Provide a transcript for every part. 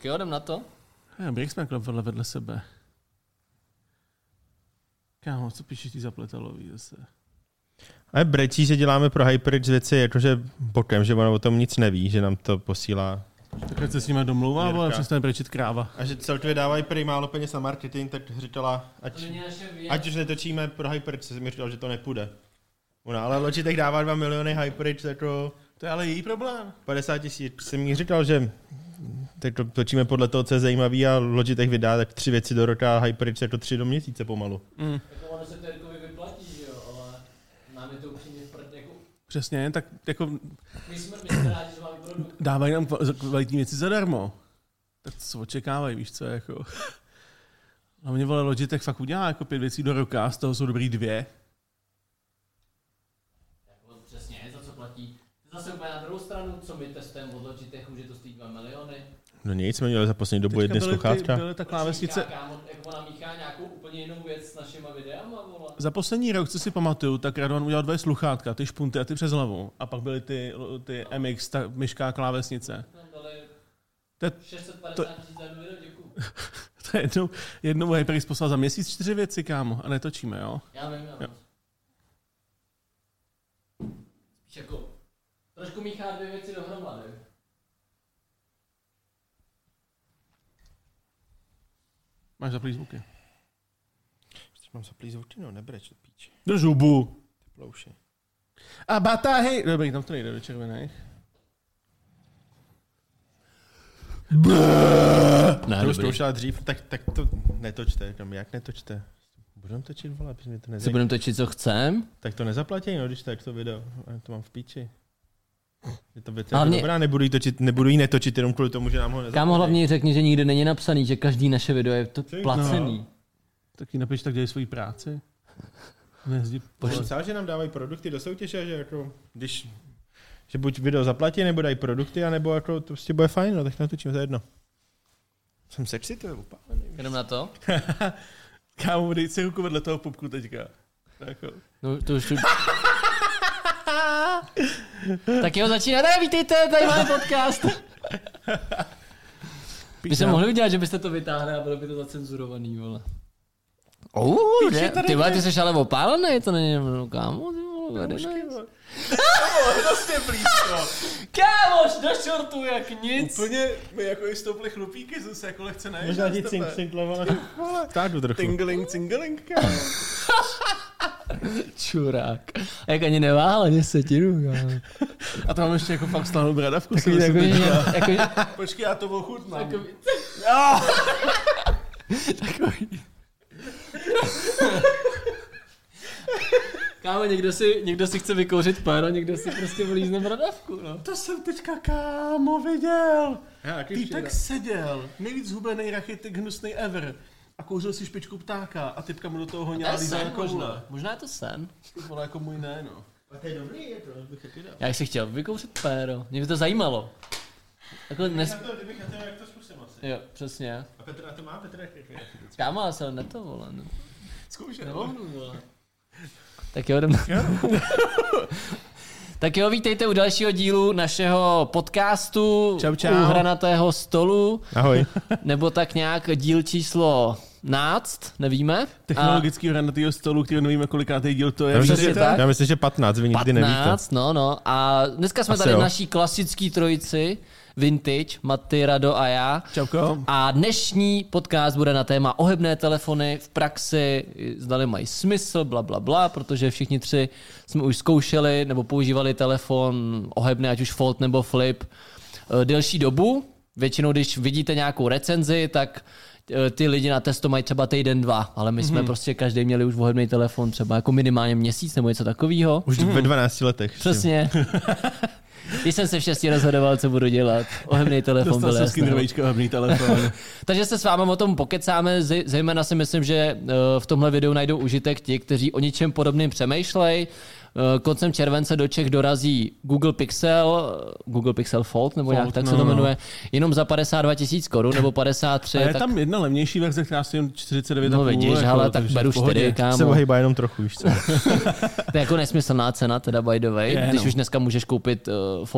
Tak jo, jdem na to. Jak jsme vedle sebe. Kámo, co píšeš ty zapletalový zase? Ale brečí, že děláme pro HyperX věci jakože bokem, že ona o tom nic neví, že nám to posílá. Tak se s nimi domlouvá, ale přestane brečit kráva. A že celkově dávají prý málo peněz na marketing, tak říkala, ať už netočíme pro HyperX, jsem mi říkal, že to nepůjde. Ona, ale Logitech dává 2 miliony, HyperX jako... To je ale její problém. 50 000. Jsem mi říkal, že tak to točíme podle toho, co je zajímavý a Logitech vydá tak 3 věci do roka a HyperX jako 3 do měsíce pomalu. Jako ono se to Jirkovi vyplatí, že jo, ale nám je to upřímně v prd, jako... Přesně, tak jako... My jsme rádi, že máme produkt. Dávají nám kvalitní věci zadarmo. Tak co očekávají, víš co, jako... A mě vole Logitech fakt udělá jako 5 věcí do roka, z toho jsou dobrý 2. Jako přesně, za co platí. Zase úplně na druhou stranu, co my testujeme od Logitechu, že to stojí 2 miliony. No nic, jsme měli za poslední dobu jedny sluchátka. Byly ta klávesnice... Jak ona míchá nějakou úplně jinou věc s našima videama, vole. Za poslední rok, co si pamatuju, tak Radovan udělal 2 sluchátka, ty špunty a ty přes hlavu. A pak byly ty MX, ta myšká klávesnice. To 650 000 za jedno video, děkuju. To je jednou HyperX poslal za měsíc 4 věci, kámo. A netočíme, jo? Já vím. Spíš jako trošku míchá 2 věci dohromady. Máš zaplý zvuky. Mám zaplý zvuky, no nebreč do píči. Do žubu. Ty plouši. A batáhy. Dobrý, tam to nejde do červených. Ne, to už zkoušela dřív, tak to netočte. Jak netočte? Budeme točit, vole, protože mi to nezajímá. Co budeme točit, co chcem? Tak to nezaplatí, no, když tak to video. Já to mám v píči. Je to věc hlavně... dobrá, nebudu jí netočit jenom kvůli tomu, že nám ho nezaplatí. Kámo, hlavně řekni, že nikde není napsaný, že každý naše video je to placený. No. Tak jí napiš, tak dělej svoji práci. Nezdi. Psal, že nám dávají produkty do soutěže, že jako, když, že buď video zaplatí, nebo dají produkty, anebo jako to prostě bude fajn, no, tak natočíme to jedno. Jsem sexy, to je upálený. Jdem na to? Kámo, dej si ruku vedle toho pupku teďka. Jako. No, to už... Tak jo, začínáte, vítejte, tady máme podcast. Byste mohli udělat, že byste to vytáhli a bylo by to zacenzurovaný, vole. Ty vole, ty jsi ale opálený, to není, kámo, ty vole, Hrozně blízko. Kámoš, do šortu jak nic. Úplně mi jako i stouply chlupíky, zase jako lehce neježdá. Možná ti cinklovala. Stádu trochu. Tingeling, kámo. Čurák. A jak ani neváhal, ani setinu, kámo. A tam mám ještě jako fakt slanou bradavku. Počkej, já to ochutnám. Takový. Kámo, někdo si chce vykouřit péro, někdo si prostě vlízne bradavku, no. To jsem teďka, kámo, viděl. Týpek seděl, nejvíc hubenej rachitik hnusnej ever. A kouřil si špičku ptáka a typka mu do toho honila lízala koule. Možná je to sen. Ty vole, jako můj ne, no. A to je dobrý, je to, bych taky dal. Já si chtěl vykouřit péro, mě by to zajímalo. Jako Kdybych na to, jak to zkusím asi. Jo, přesně. A Petr na to má, Petr jak Kámo, ale se to vole. Zkoušej. Nemohnu, vole. Tak jo, jdem. Tak jo, vítejte u dalšího dílu našeho podcastu. Čau. U hranatého stolu. Ahoj. Nebo tak nějak díl číslo 15, nevíme. Technologický hranatýho stolu, který nevíme, kolikátý díl to je. Já myslím, že 15, vy nikdy 15, nevíte. no. A dneska jsme Asi tady jo. v naší klasický trojici. Vintage, Maty, Rado a já. Čauko. A dnešní podcast bude na téma ohebné telefony v praxi, zdali mají smysl, bla, protože všichni 3 jsme už zkoušeli nebo používali telefon ohebný, ať už Fold nebo Flip, delší dobu. Většinou, když vidíte nějakou recenzi, tak ty lidi na testo mají třeba týden, 2, ale my jsme prostě každý měli už ohebný telefon třeba jako minimálně měsíc nebo něco takového. Už ve 12 letech. Přesně. Když jsem se v 6 rozhodoval, co budu dělat. Ohebný telefon byl jasný. Ohebný telefon. Takže se s vámi o tom pokecáme, zejména si myslím, že v tomhle videu najdou užitek ti, kteří o ničem podobným přemýšlejí. koncem července do Čech dorazí Google Pixel Fold, nebo nějak tak se to jmenuje, jenom za 52 000 korun, nebo 53. A je tam jedna levnější verze, která stojí 49,5. No vidíš, hele, tak beru 4, kámo. Se ohýbá jenom trochu, víš co. To je jako nesmyslná cena, teda by the way. Když už dneska můžeš koupit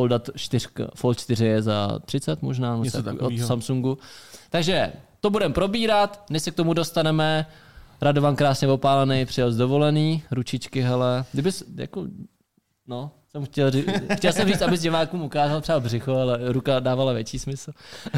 Fold 4 je za 30 možná, od Samsungu. Takže to budeme probírat, než se k tomu dostaneme. Radovan krásně opálený, přijel z dovolený, ručičky, hele. Kdybys, jako, no, chtěl jsem říct, abys divákům ukázal třeba břicho, ale ruka dávala větší smysl.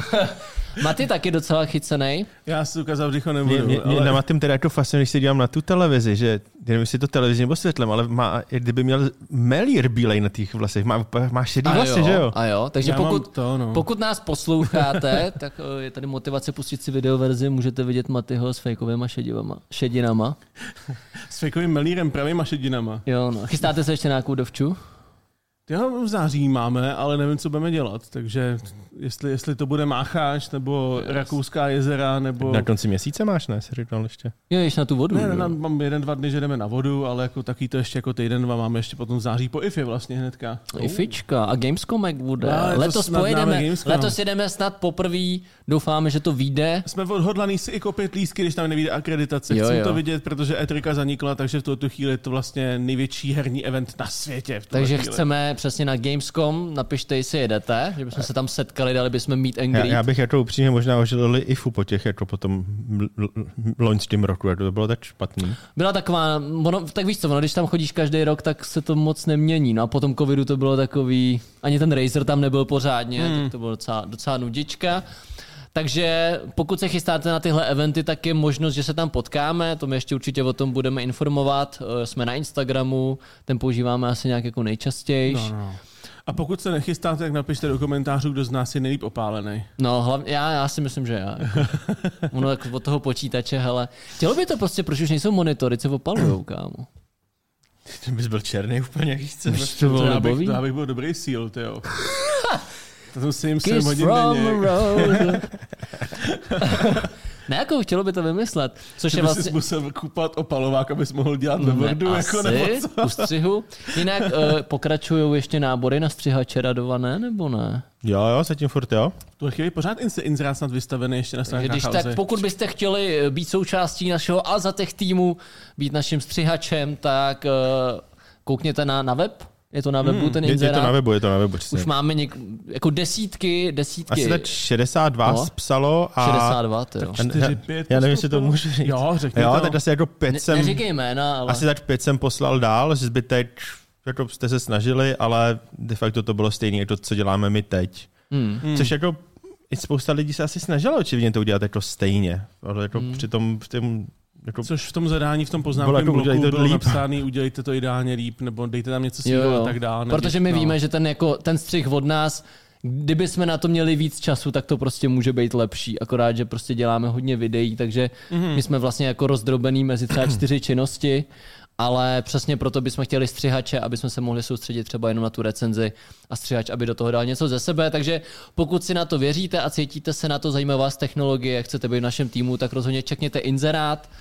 Maty taky docela chycenej. Já si ukázal břicho nebudu. Mě na Matym teda jako fascinuje, když se dívám na tu televizi, že nevím, jestli to televizi nebo světlem, ale má, kdyby měl melír bílej na těch vlasech, má šedý vlasy, že jo? A jo, takže pokud nás posloucháte, tak je tady motivace pustit si videoverzi, můžete vidět Matyho s fejkovýma šedinama. S fejkovým melírem, pravýma šedinama. Jo, no. Chystáte se ještě na nějakou dovču? Jo, v září máme, ale nevím, co budeme dělat, takže jestli to bude Mácháč, nebo Rakouská jezera, nebo... Na konci měsíce máš, ne? Se říkal ještě. Jo, ještě na tu vodu. Ne, mám 1-2 dny, že jdeme na vodu, ale jako taky to ještě jako týden, 2 máme ještě potom v září po IFě vlastně hnedka. IFička a Gamescom jak bude. Letos pojedeme, letos jedeme snad poprvé, doufáme, že to vyjde. Jsme odhodlaný si i koupit lístky, když tam nevyjde akreditace. Chceme to vidět, protože E3 zanikla, takže v tuto chvíli je to vlastně největší herní event na světě. Takže chceme přesně na Gamescom, napište, jestli jedete, že bychom se tam setkali, dali bychom meet and greet. Já bych jako upřímně možná ožilili IFu po těch, jako potom loňském roku, jako to bylo tak špatný. Byla taková, tak víš co, když tam chodíš každý rok, tak se to moc nemění. No a po tom covidu to bylo takový, ani ten Razer tam nebyl pořádně, tak to bylo docela nudička. Takže pokud se chystáte na tyhle eventy, tak je možnost, že se tam potkáme, to my ještě určitě o tom budeme informovat. Jsme na Instagramu, ten používáme asi nějak jako nejčastěji. No. A pokud se nechystáte, tak napište do komentářů, kdo z nás je nejlíp opálený. No, hlavně já si myslím, že já. Jako. Ono jako od toho počítače, hele. Chtělo by to prostě, proč už nejsou monitory, co opalujou, kámo. Ty bys byl černý úplně, víš co? Já bych byl dobrý síl, tyjo. To musím Kiss from a Ne, jako chtělo by to vymyslet. Což je vlastně... Jsi musel kupat opalovák, abys mohl dělat ve Wordu, jako nebo co? U střihu. Jinak pokračují ještě nábory na střihače radované, nebo ne? Jo, zatím furt jo. Tu chvíli pořád inzerát snad vystavený ještě na stránkách Když tak, pokud byste chtěli být součástí našeho Alzatech týmu, být naším střihačem, tak koukněte na web. Je to na webu ten inzerát? Je to na webu. Už máme jako desítky. Asi tak 62 psalo a... 62, jo. 4, 5. Já nevím, jestli to můžu říct. Jo, řekni to. Tak asi jako 5 jsem... Neříkej jména, ale... Asi tak 5 jsem poslal dál, že zbytek jako jste se snažili, ale de facto to bylo stejné, jako to, co děláme my teď. Což jako i spousta lidí se asi snažilo očividně to udělat jako stejně. Ale jako přitom v tom... Jako... Což v tom zadání, v tom poznámkovém bloku bylo napsáný, udělejte to ideálně líp, nebo dejte tam něco svýho a tak dále. Protože my víme, že ten střih od nás, kdyby jsme na to měli víc času, tak to prostě může být lepší. Akorát, že prostě děláme hodně videí, takže my jsme vlastně jako rozdrobený mezi třeba 4 činnosti, ale přesně proto bychom chtěli střihače, aby jsme se mohli soustředit třeba jenom na tu recenzi a střihač, aby do toho dal něco ze sebe. Takže pokud si na to věříte a cítíte se na to, zajímá vás technologie, chcete být v našem týmu, tak rozhodně čekněte inzerát.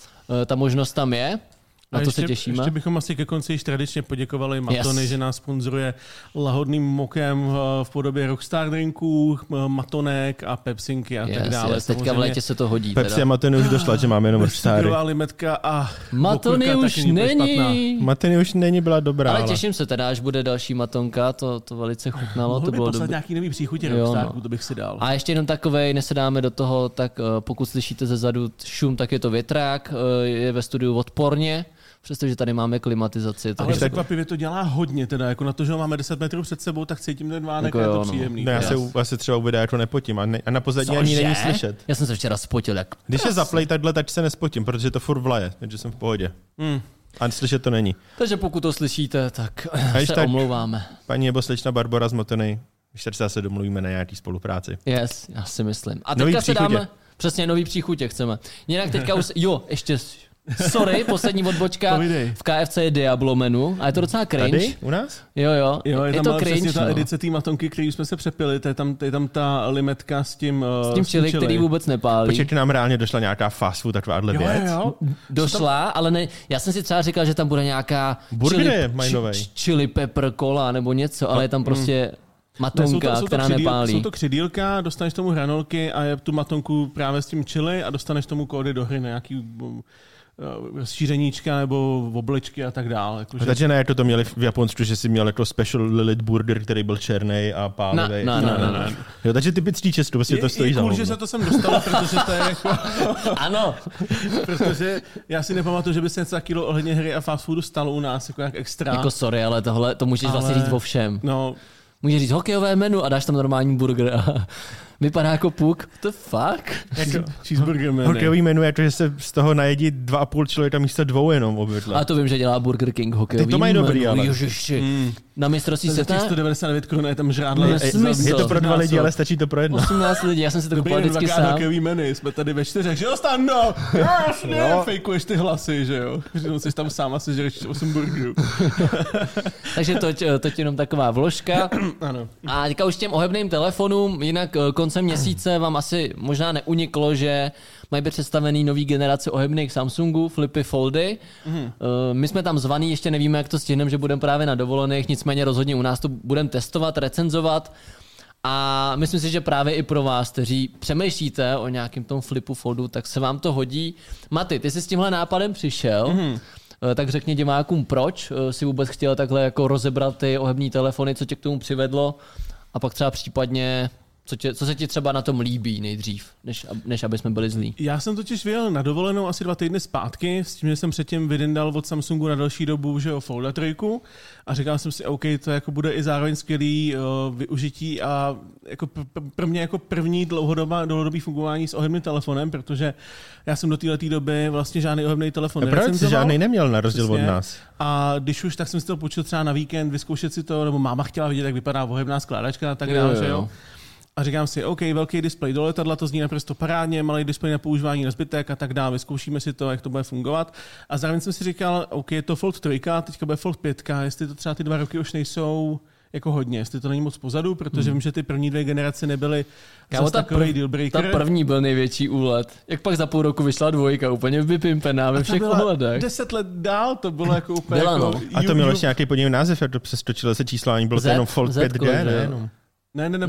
Ta možnost tam je. Na to se těšíme. Ještě bychom asi ke konci již tradičně poděkovali Matony, že nás sponzoruje lahodným mokem v podobě Rockstar drinků, matonek a pepsinky a tak dále. Teďka v létě se to hodí. Pepsi a matony už došla, že máme jenom Rockstary. Limetka a matony už není. Matony už není, byla dobrá. Ale těším se teda, až bude další matonka, to velice chutnalo. Mohl to bylo poslat nějaký nový příchutě Rockstarku, to bych si dal. A ještě jenom takovej, než se dáme do toho, tak pokud slyšíte zezadu šum, tak je to větrák, je ve studiu odporně. Přestože tady máme klimatizaci. Ale překvapivě to dělá hodně, teda jako na to, že máme 10 metrů před sebou, tak cítím ten vánek, jako je to příjemný. No, já se třeba u videa jako nepotím a na pozadí ani není slyšet. Já jsem se včera spotil. Jak... Když je zaplay takhle, tak se nespotím, protože to furt vlaje, takže jsem v pohodě. A slyšet to není. Takže pokud to slyšíte, tak se omlouváme. Paní nebo slečna Barbora z Motony, když tady se domluvíme na nějaký spolupráci. Yes, já si myslím. A teďka se dáme... Přesně, nový příchutě chceme. Jinak teďka už... Jo, ještě Sorry, poslední odbočka. V KFC je Diablo menu a je to docela cringe. Tady u nás? Jo, je to cringe. Ta edice té matonky, který jsme se přepili, to je tam ta limetka s tím chili, který vůbec nepálí. Počkejte, nám reálně došla nějaká fast food takováhle věc. Jo. Došla, ale ne, já jsem si třeba říkal, že tam bude nějaká chili pepper cola nebo něco, ale je tam prostě matonka, která nepálí. Jsou to křidílka, dostaneš tomu hranolky a je tu matonku právě s tím chili a dostaneš tomu kódy do hry na nějaký šířeníčka nebo obličky a tak dále. Takže ne, to měli v Japonsku, že si měl jako special Lilith burger, který byl černý a pálivý. Ne. Jo, takže typický Česku, vlastně to stojí za cool, že se to sem dostalo, protože to je jako... Ano. Protože já si nepamatuju, že by se něco takového ohledně hry a fast foodu stalo u nás, jako jak extra. Jako sorry, ale tohle, to můžeš vlastně říct o všem. No. Můžeš říct hokejové menu a dáš tam normální burger a vypadá jako puk. What the fuck? Cheeseburger menu. Hokejový menu je to, že se z toho najedí 2,5 člověka místo 2 jenom obvykle. A to vím, že dělá Burger King hokejový. Ty to mají dobrý, ale. Na mistrovství světa. 199 korun je tam žrádla. Je to pro 2 lidi, ale stačí to pro 1. 18 lidí, já jsem si to koupil vždycky sám. Hokejový menu, jsme tady ve 4, že jo, Stando? Jasně, fejkuješ ty hlasy, že jo. Že jsi tam sám a sežereš 8 burgerů. Takže to jenom taková vložka. Ano. A teďka už těm ohebným telefonům, jinak koncem měsíce vám asi možná neuniklo, že mají být představený nový generace ohebných Samsungů, Flipy Foldy. My jsme tam zvaný, ještě nevíme, jak to stihneme, že budeme právě na dovolených, nicméně rozhodně u nás to budeme testovat, recenzovat. A myslím si, že právě i pro vás, kteří přemýšlíte o nějakém tom Flipu Foldu, tak se vám to hodí. Maty, ty jsi s tímhle nápadem přišel. Tak řekni divákům, proč si vůbec chtěl takhle jako rozebrat ty ohební telefony, co tě k tomu přivedlo a pak třeba případně, co se ti třeba na tom líbí nejdřív, než aby jsme byli zlí. Já jsem totiž vyjel na dovolenou asi 2 týdny zpátky, s tím, že jsem předtím vydendal od Samsungu na další dobu, že jo, Folda 3 a říkal jsem si, OK, to jako bude i zároveň skvělý využití a jako pro mě jako první dlouhodobý fungování s ohebným telefonem, protože já jsem do této doby vlastně žádný ohebný telefon nerecenzoval. Žádný neměl na rozdíl od nás. A když už, tak jsem si to počul třeba na víkend vyzkoušet si to, nebo máma chtěla vidět, jak vypadá ohebná skládačka a tak dále, že jo. A říkám si, OK, velký displej do letadla, to zní naprosto parádně, malý displej na používání na zbytek a tak dále, vyzkoušíme si to, jak to bude fungovat. A zároveň jsem si říkal, OK, je to Fold 3, teďka bude Fold 5, jestli to třeba ty 2 roky už nejsou jako hodně, jestli to není moc pozadu, protože vím, že ty první 2 generace nebyly zase takový dealbreaker. Ta první byl největší úlet. Jak pak za půl roku vyšla 2, úplně vypimpená ve všech ohledech. 10 let dál to bylo jako úplně byla, jako... No. A to mělo ještě nějaký podivný název, jak to přestočilo se číslo, ani bylo to jenom Fold 5G, ne? Ne,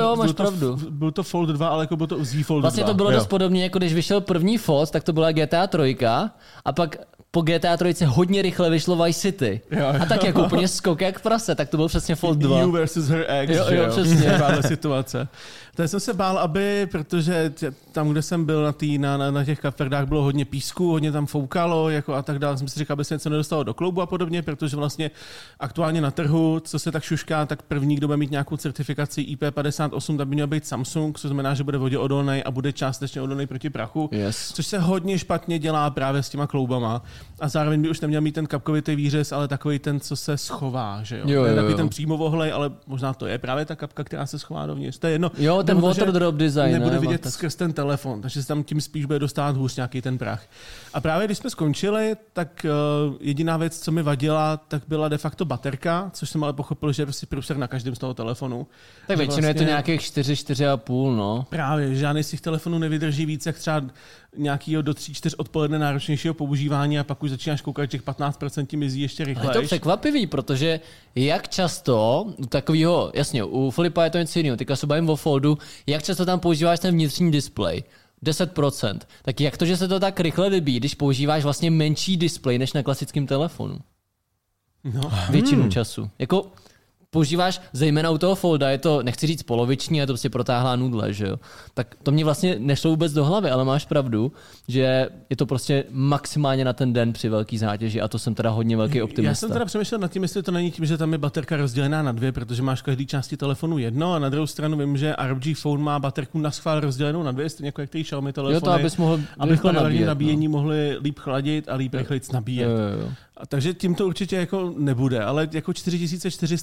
byl to Fold 2, ale jako byl to Z Fold 2. Vlastně to bylo dost podobné, jako když vyšel první Fold, tak to byla GTA 3 a pak po GTA 3 hodně rychle vyšlo Vice City. Jo. A tak jako úplně skok jak prase, tak to byl přesně Fold 2. You versus her ex, jo, přesně. Taková situace. Tady jsem se bál, protože tam, kde jsem byl na těch kaferdách, bylo hodně písku, hodně tam foukalo jako a tak dále. Jsem si říkal, aby se něco nedostalo do kloubu a podobně, protože vlastně aktuálně na trhu, co se tak šušká, tak první, kdo bude mít nějakou certifikaci IP58, tak by měl být Samsung, což znamená, že bude voděodolný a bude částečně odolný proti prachu, což se hodně špatně dělá právě s těma kloubama. A zároveň by už neměl mít ten kapkovitý výřez, ale takový ten, co se schová, že jo. Takový ten přímovohlej, ale možná to je právě ta kapka, která se schová dovnitř. To je jedno. Jo, ten water drop design. Nebude vidět skrz ten telefon, takže se tam tím spíš bude dostávat hůř nějaký ten prach. A právě když jsme skončili, tak jediná věc, co mi vadila, tak byla de facto baterka, což jsem ale pochopil, že je prostě průser na každém z toho telefonu. Tak většinou vlastně, je to nějakých 4,5, no. Právě, žádný z těch telefonů nevydrží víc, jak třeba nějakého do 3-4 odpoledne náročnějšího používání a pak už začínáš koukat, že těch 15% ti mizí ještě rychleji. Je to překvapivý, protože jak často u takového, jasně, u Flipa je to něco jiného, teďka se bavím o Foldu, jak často tam používáš ten vnitřní displej? 10%. Tak jak to, že se to tak rychle vybíjí, když používáš vlastně menší displej než na klasickém telefonu? No. Většinu času. Jako používáš zejména u toho Folda, je to, nechci říct poloviční, je to prostě protáhlá nudle, že jo. Tak to mě vlastně nešlo vůbec do hlavy, ale máš pravdu, že je to prostě maximálně na ten den při velký zátěži a to jsem teda hodně velký optimista. Já jsem teda přemýšlel nad tím, jestli to není tím, že tam je baterka rozdělená na 2, protože máš v každé části telefonu jedno a na druhou stranu vím, že ROG Phone má baterku na schvál rozdělenou na 2, stejně jako některý Xiaomi telefony. Jo, to abys mohl aby nabíjení mohli líp chladit a líp rychleji nabíjet. Jo. A takže tím to určitě jako nebude, ale jako 4400 na to,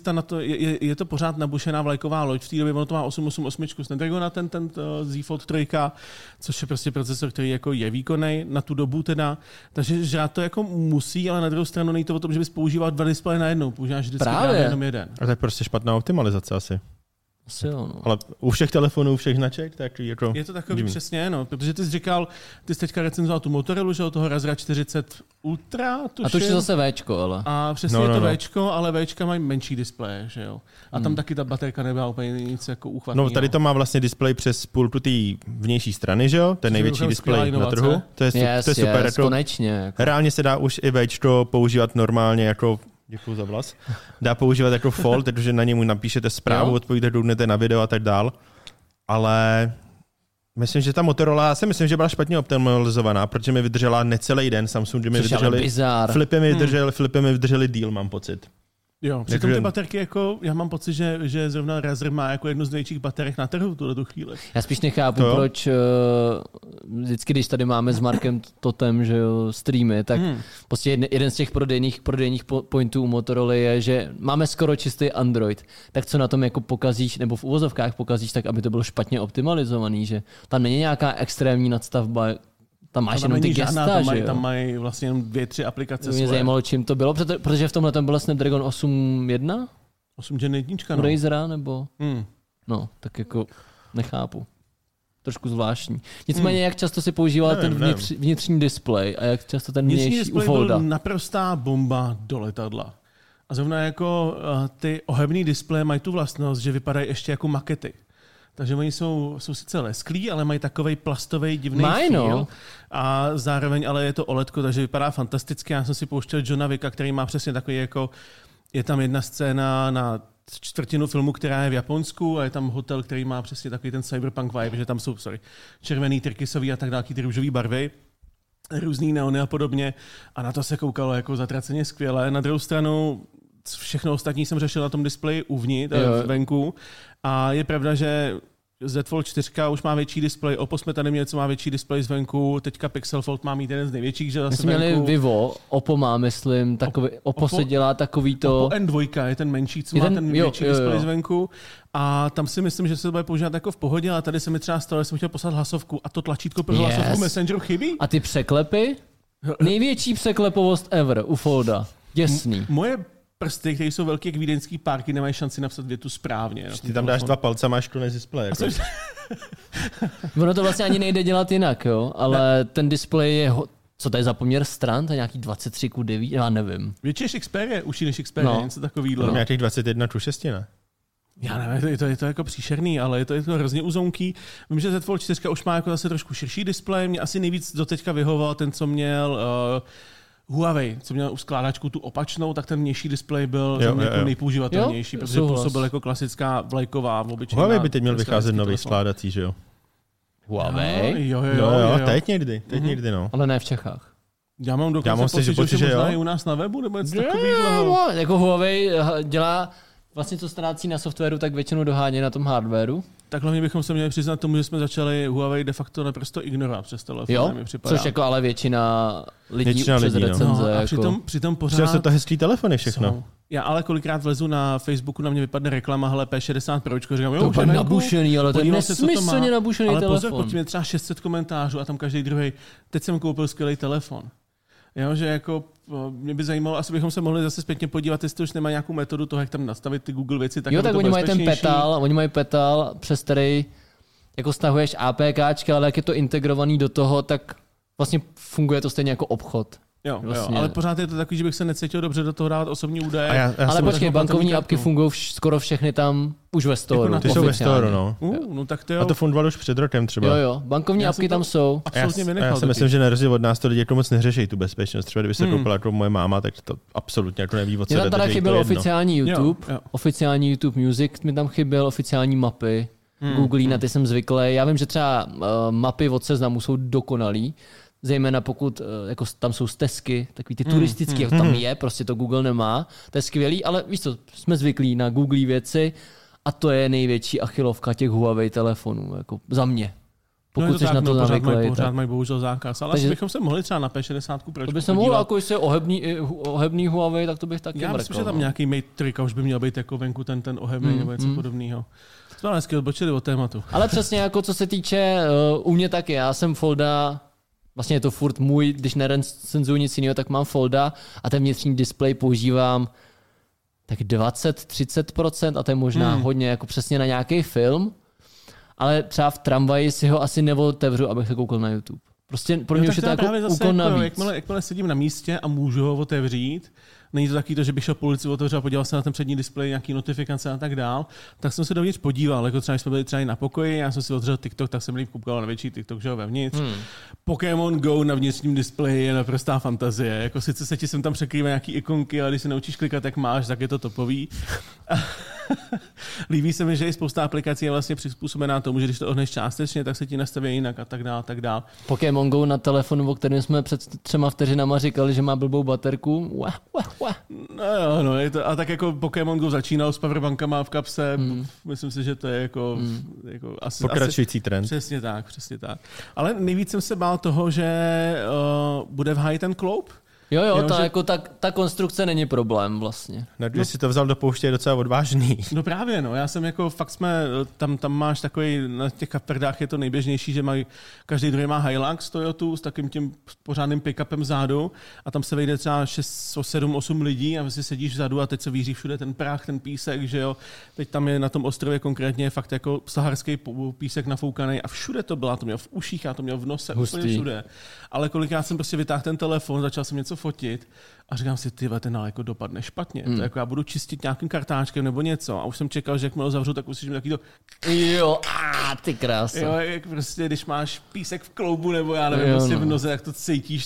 je to pořád nabušená vlajková loď. V té době ono to má 888 Snapdragona, ten Z Fold 3, což je prostě procesor, který jako je výkonný na tu dobu teda. Takže žrát to jako musí, ale na druhou stranu není to o tom, že bys používal 2 displeje najednou. Používáš vždycky jenom jeden. A to je prostě špatná optimalizace asi. Asi jo, no. Ale u všech telefonů, u všech značek, tak jako... Je to takový přesně, no, protože ty jsi říkal, ty jsi teďka recenzoval tu Motorola, že od toho Razra 40 Ultra, tuším. A to už je zase Včko, ale. A přesně je to Včko, ale Včka mají menší displeje, že jo. A tam taky ta baterka nebyla úplně nic jako úchvatného. No tady to má vlastně displej přes půlku té vnější strany, že jo? Ten největší displej na trhu. To je super. Jako, konečně. Jako. Reálně se dá už i Včko používat normálně jako děkuju za vlas. Dá používat jako fold, protože na němu napíšete zprávu, odpovíte, doudnete na video a tak dál. Ale myslím, že ta Motorola, já si myslím, že byla špatně optimalizovaná, protože mi vydržela necelý den, Samsungy mi vydrželi, Flipy mi vydrželi díl, mám pocit. Jo, přitom ty baterky, jako, já mám pocit, že zrovna Razer má jako jednu z největších baterek na trhu v tuhle chvíli. Já spíš nechápu, proč vždycky, když tady máme s Markem Totem, že jo, streamy, tak prostě jeden z těch prodejních pointů u Motorola je, že máme skoro čistý Android. Tak co na tom jako pokazíš, nebo v uvozovkách pokazíš, tak aby to bylo špatně optimalizovaný, že tam není nějaká extrémní nadstavba. Tam máš jenom ty gesta, že jo? Tam mají vlastně jenom 2-3 aplikace mě zajímalo, čím to bylo, protože v tomhle tam byl Snapdragon 8.1? 8.1, no. Razera, nebo? No, tak jako nechápu. Trošku zvláštní. Nicméně, jak často si používal ten vnitřní displej a jak často ten vnější u Folda? Byl naprostá bomba do letadla. A zrovna jako ty ohebný displeje mají tu vlastnost, že vypadají ještě jako makety. Takže oni jsou sice lesklí, ale mají takovej plastový divný feel. A zároveň ale je to OLEDko, takže vypadá fantasticky. Já jsem si pouštěl Johna Wicka, který má přesně takový jako... Je tam jedna scéna na čtvrtinu filmu, která je v Japonsku a je tam hotel, který má přesně takový ten cyberpunk vibe, že tam jsou červený, tyrkysový a tak dále, ty růžový barvy, různý neony a podobně. A na to se koukalo jako zatraceně skvěle. Na druhou stranu všechno ostatní jsem řešil na tom displeji uvnitř, venku. A je pravda, že Z Fold 4 už má větší displej, Oppo jsme tady měli, co má větší displej zvenku, teďka Pixel Fold má mít jeden z největších, že zase venku. My jsme měli Vivo, Oppo má, myslím, takový, Oppo se dělá takový to... Oppo N2 je ten menší, co má ten větší displej zvenku. A tam si myslím, že se to bude používat jako v pohodě, ale tady se mi třeba stalo, že jsem chtěl poslat hlasovku a to tlačítko pro hlasovku Messengeru chybí. A ty překlepy? Největší překlepovost ever u Folda. Jasný. Moje prsty, které jsou velké jak vídeňský párky, nemají šanci napsat větu správně. Ty tam dáš 2 palce a máš konec displeje. Jako. Ono to vlastně ani nejde dělat jinak, jo? Ale ten displej je... Co to je za poměr stran? To je nějaký 23:9? Já nevím. Větší než Xperia, užší než Xperia, něco takového. No. Nějakých 21:6, ne? Já nevím, je to jako příšerný, ale je to hrozně uzonký. Vím, že Z Fold 4 už má jako zase trošku širší displej. Mě asi nejvíc doteďka vyhovoval ten, co měl Huawei, co měl u skládačku tu opačnou, tak ten vnější displej byl nejpoužívatelnější, protože působil jako klasická vlajková obyčejná. Huawei by teď měl vycházet nový skládací, že jo? Huawei? Jo. Teď někdy, no. Ale ne v Čechách. Já mám dokonce pocit, že možná i u nás na webu, nebo něco takového. Jako Huawei dělá vlastně, co ztrácí na softwaru, tak většinou doháně na tom hardwaru. Tak hlavně bychom se měli přiznat tomu, že jsme začali Huawei de facto naprosto ignorovat přes telefon. Jo, což jako ale většina lidí přes recenze. No, a jako... přitom pořád... jsou to hezký telefony všechno. Já ale kolikrát vlezu na Facebooku, na mě vypadne reklama, hele P60 Pročko, říkám, to je nabušený, ale to je nesmyslně nabušený telefon. Ale pozor, pod tím třeba 600 komentářů a tam každý druhý. Teď jsem koupil skvělý telefon. Jo, že jako mě by zajímalo, asi bychom se mohli zase zpětně podívat, jestli to už nemá nějakou metodu toho, jak tam nastavit ty Google věci. Tak tak oni mají petal, přes který jako stahuješ APKčky, ale jak je to integrovaný do toho, tak vlastně funguje to stejně jako obchod. Jo, ale pořád je to takový, že bych se necítil dobře do toho dávat osobní údaje. Ale počkej, bankovní apky fungují skoro všechny tam už ve storu. Ty jsou ve storu, no. No tak to jo. A to fungovalo už před rokem třeba. Jo, bankovní apky tam jsou. Absolutně vynechal. Já si myslím, že na rozdíl od nás to lidi jako moc neřeší tu bezpečnost. Třeba kdyby se koupila jako moje máma, tak to absolutně jako neví, o co jde. Tam teda chyběl oficiální YouTube, oficiální YouTube Music, mi tam chyběl oficiální mapy. Google, na ty jsem zvyklý. Já vím, že třeba mapy od Seznamu jsou dokonalý. Zejména pokud jako tam jsou stezky, takový ty turistický, jak tam je, prostě to Google nemá. To je skvělý, ale víš co, jsme zvyklí na Google věci a to je největší achilovka těch Huawei telefonů, jako za mě. Pokud jsi na to navyklý. Pořád mají bohužel zákaz, ale takže bychom se mohli třeba na P60 proč to by se mohlo, jako jestli je ohebný Huawei, tak to bych taky já myslím, že tam nějaký Mate 3 už by měl být jako venku ten ohebný nebo něco podobného. Jsme hezky odbočili od tématu. Ale přesně jako co se týče, u mě taky, já jsem Folda, vlastně je to furt můj, když nerecenzuju nic jiného, tak mám Folda a ten vnitřní displej používám tak 20-30% a to je možná hodně, jako přesně na nějaký film, ale třeba v tramvaji si ho asi neotevřu, abych se koukal na YouTube. Prostě pro mě už je to jako úkon navíc. Jakmile sedím na místě a můžu ho otevřít, není to taky to, že bych šel po ulici, otevřel a podíval se na ten přední displej, nějaký notifikace a tak dál, tak jsem se dovnitř podíval, jako třeba jsme byli třeba na pokoji, já jsem si otevřel TikTok, tak jsem líp koukal na větší TikTok, že ho vevnitř. Pokémon Go na vnitřním displeji je naprostá fantazie, jako sice se ti sem tam překrývají nějaký ikonky, ale když se naučíš klikat, jak máš, tak je to topový. Líbí se mi, že i spousta aplikací je vlastně přizpůsobená tomu, že když to ohneš částečně, tak se ti nastaví jinak a tak dále, tak dále. Pokémon Go na telefonu, o kterém jsme před 3 vteřinama říkali, že má blbou baterku. No, je to, a tak jako Pokémon Go začínal s powerbankama v kapse, myslím si, že to je jako asi pokračující trend. Přesně tak. Ale nejvíc jsem se bál toho, že bude v háji ten kloub. Jo, ta konstrukce není problém vlastně. Když si to vzal do pouště, je docela odvážný. No právě, já jsem jako, fakt tam máš takový, na těch kaperdách je to nejběžnější, že každý druhý má Hilux Toyotu s takým tím pořádným pick-upem vzadu a tam se vejde třeba 6, 7, 8 lidí a si sedíš vzadu a teď se víří všude ten prach, ten písek, že jo. Teď tam je na tom ostrově konkrétně fakt jako saharský písek nafoukaný a všude to bylo, to měl v uších, já to měl v nose, úplně všude. Ale kolikrát jsem prostě vytáhl ten telefon, začal jsem něco fotit a říkám si, ten ale jako dopadne špatně. To jako já budu čistit nějakým kartáčkem nebo něco a už jsem čekal, že jakmile zavřu, tak uslyším taky to. Jo, ty krása. Jo, jak prostě, když máš písek v kloubu nebo já nevím, prostě v noze, jak to cítíš,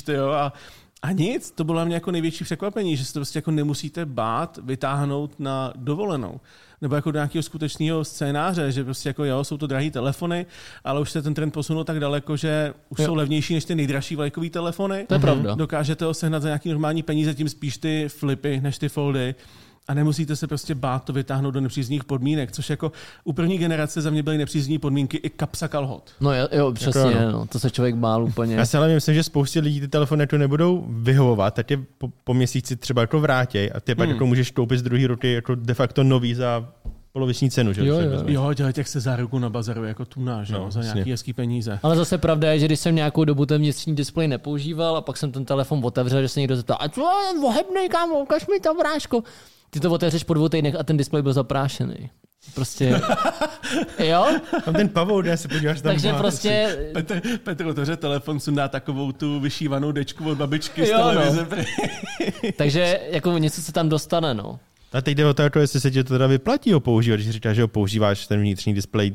a nic, to bylo na mě jako největší překvapení, že se to prostě jako nemusíte bát vytáhnout na dovolenou. Nebo jako do nějakého skutečného scénáře, že prostě jako jsou to drahý telefony, ale už se ten trend posunul tak daleko, že už jsou levnější než ty nejdražší vlajkový telefony. To je pravda. Dokážete ho sehnat za nějaký normální peníze, tím spíš ty flipy než ty foldy. A nemusíte se prostě bát to vytáhnout do nepříznivých podmínek, což jako u první generace za mě byly nepříznivé podmínky i kapsa kalhot. No jo, přesně, to se člověk bál úplně. Já si ale myslím, že spoustě lidí ty telefony to nebudou vyhovovat, tak je po měsíci třeba jako vrátěj a ty pak jako můžeš koupit z druhé ruky jako de facto nový za poloviční cenu. Že? Jo, těch se záruku na bazaru jako tuna, že? Za nějaký hezký peníze. Ale zase pravda je, že když jsem nějakou dobu ten vnitřní displej nepoužíval a pak jsem ten telefon otevřel, že se někdo zeptal, a co je ohebnej, kámo, ukaž mi to, bráško. Ty to otevřeš po 2 týdnech a ten displej byl zaprášený. Prostě, jo? Tam ten pavout, já se podíváš tam. Takže prostě... Petr otevře telefon, sundá takovou tu vyšívanou dečku od babičky z televize. No. Takže jako něco se tam dostane, no. A teď jde o to, jako jestli se ti to teda vyplatí ho používat, když říkáš, že ho používáš ten vnitřní displej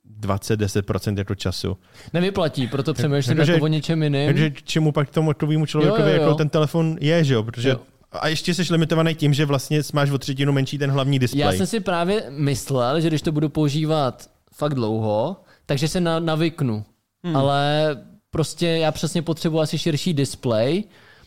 20-10% jako času. Nevyplatí, proto přemýšlím jako o něčem jiným. Takže čemu pak tomu takovému člověkovi jako ten telefon je, že jo? Protože a ještě jsi limitovaný tím, že vlastně máš o 1/3 menší ten hlavní displej. Já jsem si právě myslel, že když to budu používat fakt dlouho, takže se navyknu. Ale prostě já přesně potřebuji asi širší displej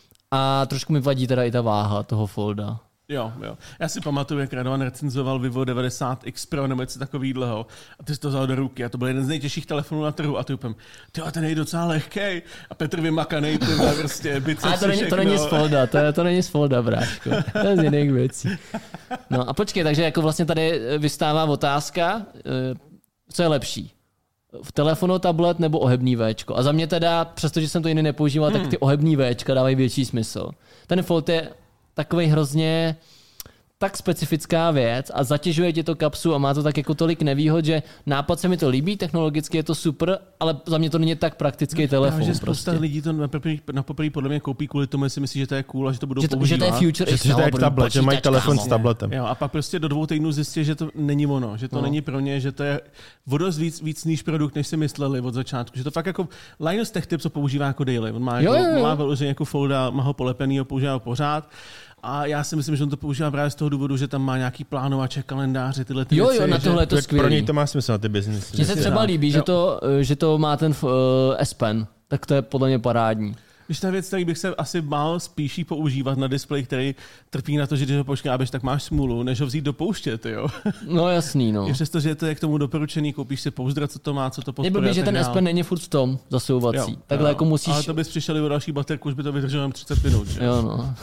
a trošku mi vadí teda i ta váha toho folda. Jo. Já si pamatuju, jak Radovan recenzoval Vivo 90X Pro nebo něco takovýhleho a ty jsi to vzal do ruky a to byl jeden z nejtěžších telefonů na trhu a ty úplně, ten je docela lehkej a Petr vymakanej, prostě biceps. A to není z folda, to není z folda, bráško. To je z jiných věcí. No a počkej, takže jako vlastně tady vystává otázka, co je lepší? V telefonu, tablet nebo ohebný Včko. A za mě teda, přestože jsem to jiný nepoužíval, tak ty ohebný Včka dávají větší smysl. Ten Fold je takovej hrozně tak specifická věc a zatěžuje ti to kapsu a má to tak jako tolik nevýhod, že nápad se mi to líbí, technologicky je to super, ale za mě to není tak praktický telefon. Že spousta lidí to na poprvé podle mě koupí kvůli tomu, jestli myslí, že to je cool a že to budou používat. Že to je future. Že to je tablet, že mají telefon s tabletem. Jo, a pak prostě do 2 týdnů zjistí, že to není ono, že to není pro ně, že to je vodost víc níž produkt, než si mysleli od začátku. Že to fakt jako Linus Tech Tips, co používá jako daily. On má vyloženě jako folda, má ho polepenýho, používá ho pořád. A já si myslím, že on to používá právě z toho důvodu, že tam má nějaký plánovače, kalendáře, tyhle ty věci. Jo, na tohle je to skvělý. Pro něj to má smysl na ty business. Mně se třeba líbí, že to má ten S Pen, tak to je podle mě parádní. Když ta věc, tak bych se asi mal spíš používat na displej, který trpí na to, že když ho poškrábeš, tak máš smůlu, než ho vzít do pouště, jo. No jasný, no. I přesto, že to je k tomu doporučený, koupíš si pouzdra, co to má, co to podporuje. Mě že ten S Pen není furt v tom zasouvací. Takhle jako musíš... Ale to bys přišel o další baterku, už by to vydrželo jen 30 minut, že? Jo, no.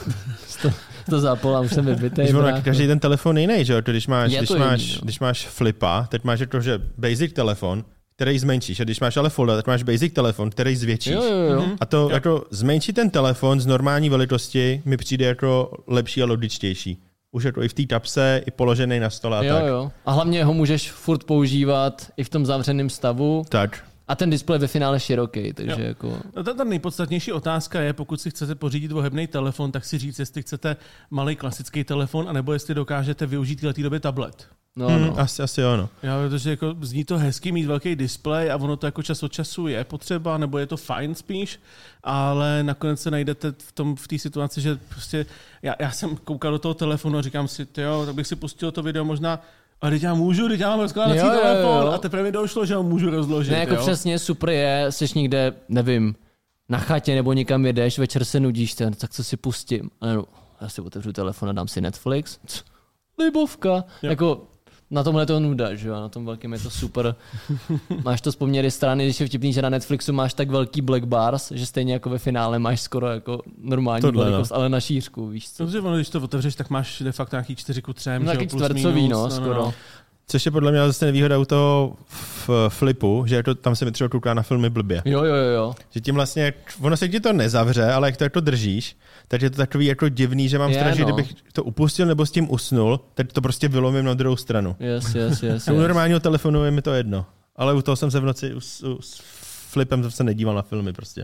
to zapol a už jsem vybitej. Každý ten telefon je jiný, že jo? Když máš flipa, teď máš to, že basic telefon, který zmenšíš. A když máš ale folda, tak máš basic telefon, který zvětšíš. Jo. A to jako zmenšit ten telefon z normální velikosti mi přijde jako lepší a logičtější. Už je to i v té tapse, i položený na stole a tak. Jo. A hlavně ho můžeš furt používat i v tom zavřeném stavu. Tak. A ten displej ve finále široký, takže jako... No ta nejpodstatnější otázka je, pokud si chcete pořídit ohebný telefon, tak si říct, jestli chcete malý klasický telefon, anebo jestli dokážete využít v té době tablet. No. Asi jo, no. Já, protože jako zní to hezky mít velký displej a ono to jako čas od času je potřeba, nebo je to fajn spíš, ale nakonec se najdete v té situaci, že prostě já jsem koukal do toho telefonu a říkám si, jo, tak bych si pustil to video možná. A teď já mám rozkládací telefon a teprve mi došlo, že ho můžu rozložit. Ne, jako přesně super je, jsi někde, nevím, na chatě nebo někam jedeš, večer se nudíš, tak co si pustím? A no, já si otevřu telefon a dám si Netflix. Libovka. Jako na tomhle to nuda, že jo? Na tom velkém je to super. Máš to z poměry strany, když je vtipný, že na Netflixu máš tak velký black bars, že stejně jako ve finále máš skoro jako normální velikost, ale na šířku, víš co? Dobře, když to otevřeš, tak máš de facto nějaký 4:3. No, taky čtvercový, no, skoro. No. Což je podle mě zase nevýhoda u toho flipu, že tam se mi třeba kouká na filmy blbě. Jo. Že tím vlastně, ono se ti to nezavře, ale jak to jako držíš, tak je to takový jako divný, že mám strach, že kdybych to upustil nebo s tím usnul, tak to prostě vylomím na druhou stranu. Yes. U normálního telefonu je mi to jedno. Ale u toho jsem se v noci s flipem se nedíval na filmy prostě.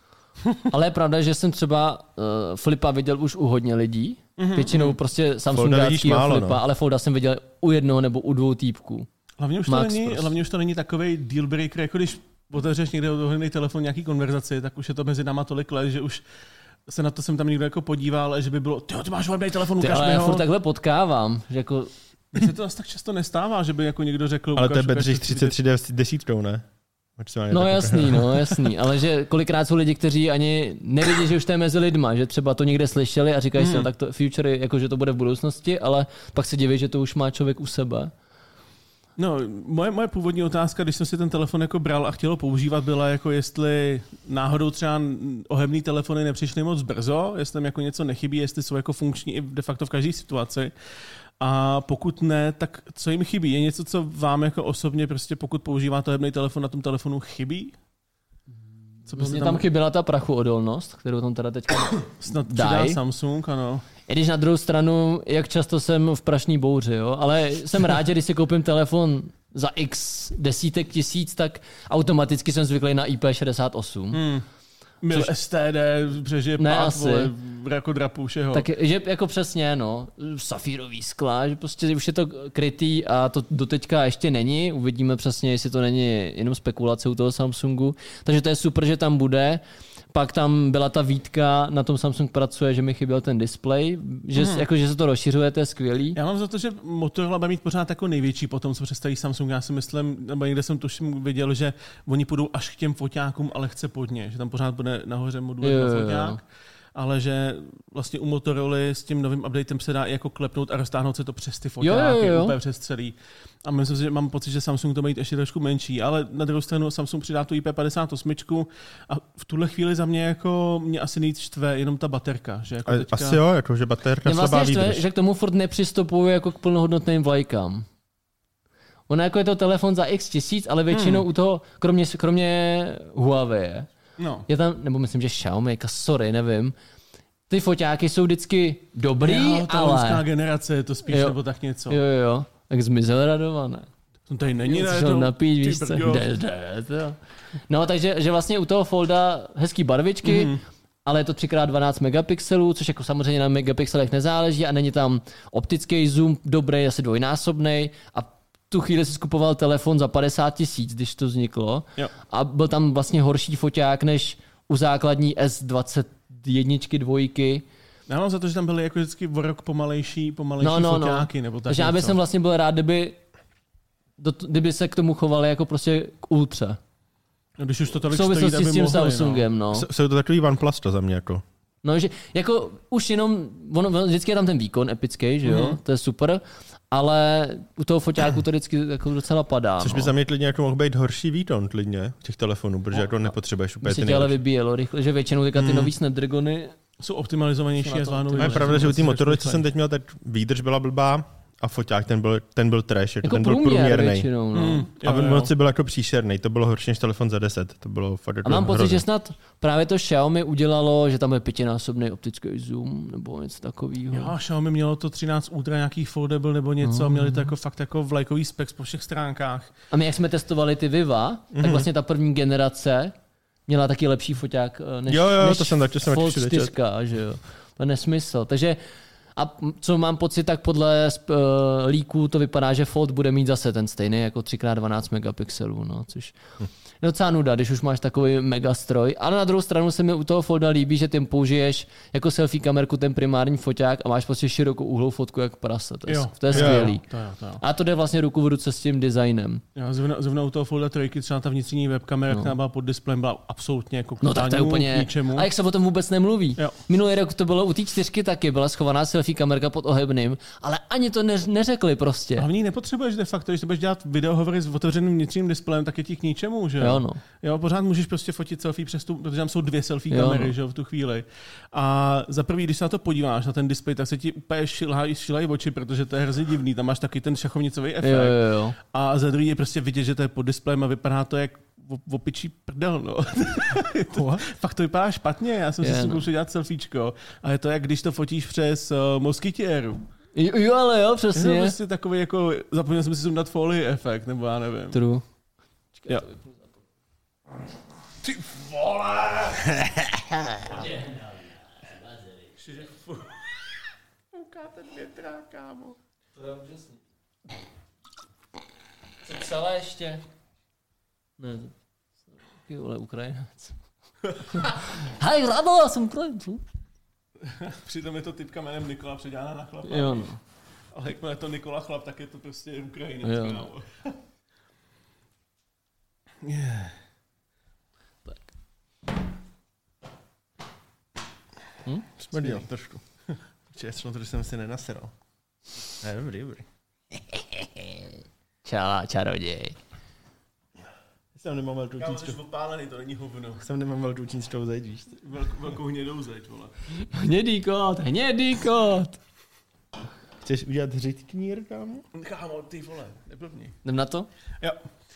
Ale je pravda, že jsem třeba flipa viděl už u hodně lidí. Většinou prostě Samsungáckýho flipa, no. Ale folda jsem viděl u jednoho nebo u dvou týpků. Hlavně už to není takovej deal breaker, jako když otevřeš někde odholený telefon nějaký konverzaci, tak už je to mezi náma tolik let, že už se na to jsem tam někdo jako podíval, že by bylo, ty máš ohebnej telefon, ukaž mi ho. Ale já furt takhle potkávám, že jako... Mně se to asi tak často nestává, že by jako někdo řekl... Ale to je bedřich 33 desítkou, ne? No jasný, ale že kolikrát jsou lidi, kteří ani nevědí, že už to je mezi lidma, že třeba to někde slyšeli a říkají si, no tak to future, jako že to bude v budoucnosti, ale pak se diví, že to už má člověk u sebe. No, moje původní otázka, když jsem si ten telefon jako bral a chtěl ho používat, byla jako jestli náhodou třeba ohebný telefony nepřišly moc brzo, jestli tam jako něco nechybí, jestli jsou jako funkční i de facto v každé situaci. A pokud ne, tak co jim chybí? Je něco, co vám jako osobně prostě pokud používáte ohebný telefon na tom telefonu chybí? Mně tam chyběla ta prachuodolnost, kterou tam teda teďka snad přidá Samsung, ano. I když na druhou stranu, jak často jsem v prašní bouři, jo? Ale jsem rád, že když si koupím telefon za x desítek tisíc, tak automaticky jsem zvyklý na IP68. Mil STD, přežije pát, vole, jako drapu všeho. Tak že jako přesně, no, safírový skla, že prostě už je to krytý a to doteďka ještě není. Uvidíme přesně, jestli to není jenom spekulace u toho Samsungu. Takže to je super, že tam bude. Pak tam byla ta výtka, na tom Samsung pracuje, že mi chyběl ten displej, že, jako, že se to rozšiřuje, to je skvělý. Já mám za to, že Motorola bude mít pořád jako největší potom, co představí Samsung. Já si myslím, nebo někde jsem tuším viděl, že oni půjdou až k těm foťákům, ale chce pod ně, že tam pořád bude nahoře modul na foťák. Ale že vlastně u Motorola s tím novým updatem se dá i jako klepnout a roztáhnout se to přes ty foťáky, úplně přes celý. A myslím si, že mám pocit, že Samsung to má jít ještě trošku menší, ale na druhou stranu Samsung přidá tu IP58 a v tuhle chvíli za mě jako mě asi nejvíc štve jenom ta baterka. Že jako teďka... Asi jo, jako že baterka slabá výdrž. Štve, že k tomu furt nepřistupují jako k plnohodnotným vlajkám. Ono jako je to telefon za x tisíc, ale většinou u toho, kromě Huawei, no. Je tam, nebo myslím, že Xiaomi, sorry, nevím. Ty foťáky jsou vždycky dobrý, ta ale... lidská generace je to spíš nebo tak něco. Jo. Tak zmizel radované. To tady není, ne? To napít, víš co? No, takže že vlastně u toho Folda hezký barvičky, ale je to 3x12 megapixelů, což jako samozřejmě na megapixelech nezáleží a není tam optický zoom dobrý, asi dvojnásobnej a tu chvíli si skupoval telefon za 50 000, když to vzniklo. Jo. A byl tam vlastně horší foťák než u základní S21 dvojky. Já mám za to, že tam byly jako vždycky o rok pomalejší foťáky. Nebo tak takže já bych jsem vlastně byl rád, kdyby se k tomu chovali jako prostě k ultra. No, když už to tolik v souvislosti stojí, s tím mohli, Samsungem, no. Jsou to takový OnePlus to za mě jako. No, že jako už jenom, vždycky je tam ten výkon epický, že jo, to je super, ale u toho foťáku to vždycky jako docela padá. Což by za mě klidně jako mohl být horší výkon klidně těch telefonů, protože jako nepotřebuješ úplně ty ale vybíjelo rychle, že většinou ty nový Snapdragony jsou optimalizovanější a zvládnou. Je pravda, že u té Motorola, co jsem teď měl, tak výdrž byla blbá a foťák ten byl trash, jako ten byl průměrný. Většinou, no. A v noci byl jako příšerný, to bylo horší než telefon za 10, to bylo fakt jako a mám pocit, že snad právě to Xiaomi udělalo, že tam je 5násobný optický zoom nebo něco takového. Jo, Xiaomi mělo to 13 Ultra nějaký foldable nebo něco a měli to jako fakt jako vlajkový specs po všech stránkách. A my jak jsme testovali ty Viva, tak vlastně ta první generace měla taky lepší foťák než, to jsem Fold 4, že jo. To je nesmysl. Takže a co mám pocit, tak podle líků to vypadá, že Fold bude mít zase ten stejný jako 3x12 megapixelů, no, což je docela nuda, když už máš takový megastroj. Ale na druhou stranu se mi u toho Folda líbí, že ty použiješ jako selfie kamerku ten primární foťák a máš prostě širokou úhlou fotku jak prasa. To je skvělý. Jo. A to jde vlastně ruku v ruce s tím designem. Zrovna u toho Folda 3 třeba ta vnitřní webkamera, která byla pod displejem, byla absolutně jako no tak to je úplně ničemu. A jak se o tom vůbec nemluví. Jo. Minulý rok to bylo u té 4 taky, byla schovaná selfie kamerka pod ohebným, ale ani to neřekli prostě. Hlavně nepotřebuješ de facto, když budeš dělat videohovory s otevřeným vnitřním displejem, tak je ti k ničemu, že jo? No. Jo, pořád můžeš prostě fotit selfie protože tam jsou 2 selfie kamery, že jo, v tu chvíli. A za prvý, když se na to podíváš, na ten displej, tak se ti úplně šilají oči, protože to je hrozně divný, tam máš taky ten šachovnicový efekt. Jo. A za druhý je prostě vidět, že to je pod displejem a vypadá to jak opičí prdel, no. Fakt to vypadá špatně, já jsem si zkoušel dělat selfiečko a je to jak když to fotíš přes Moskytiéru. Jo, ale jo, přesně. Je to prostě takový jako, zapomněl jsem si sundat folii efekt, nebo já nevím. True. Jo. Ty vole! Koukáte větrá, kámo. To je úžasný. Co psala ještě? Ne, jaký vole Ukrajinec. Hej, Rado, jsem Ukrajinec. Přitom je to typka jménem Nikola předělána na chlapa. Jo, no. Ale jakmile je to Nikola chlap, tak je to prostě Ukrajinec. Jo, no. Yeah. Tak. Smrdil trošku. Čestno, to, že jsem si nenaseral. Ne, dobrý. Čaroděj. Jsem nemám velkou Kámo, jsi odpálený, to není hovno. Jsem nemám velkou čínskou zeď, víš. Velkou hnědou zeď, vole. Hnědý kot. Chceš udělat řitknír, kámo? Kámo, ty vole, neblbni. Jdem na to? Jo.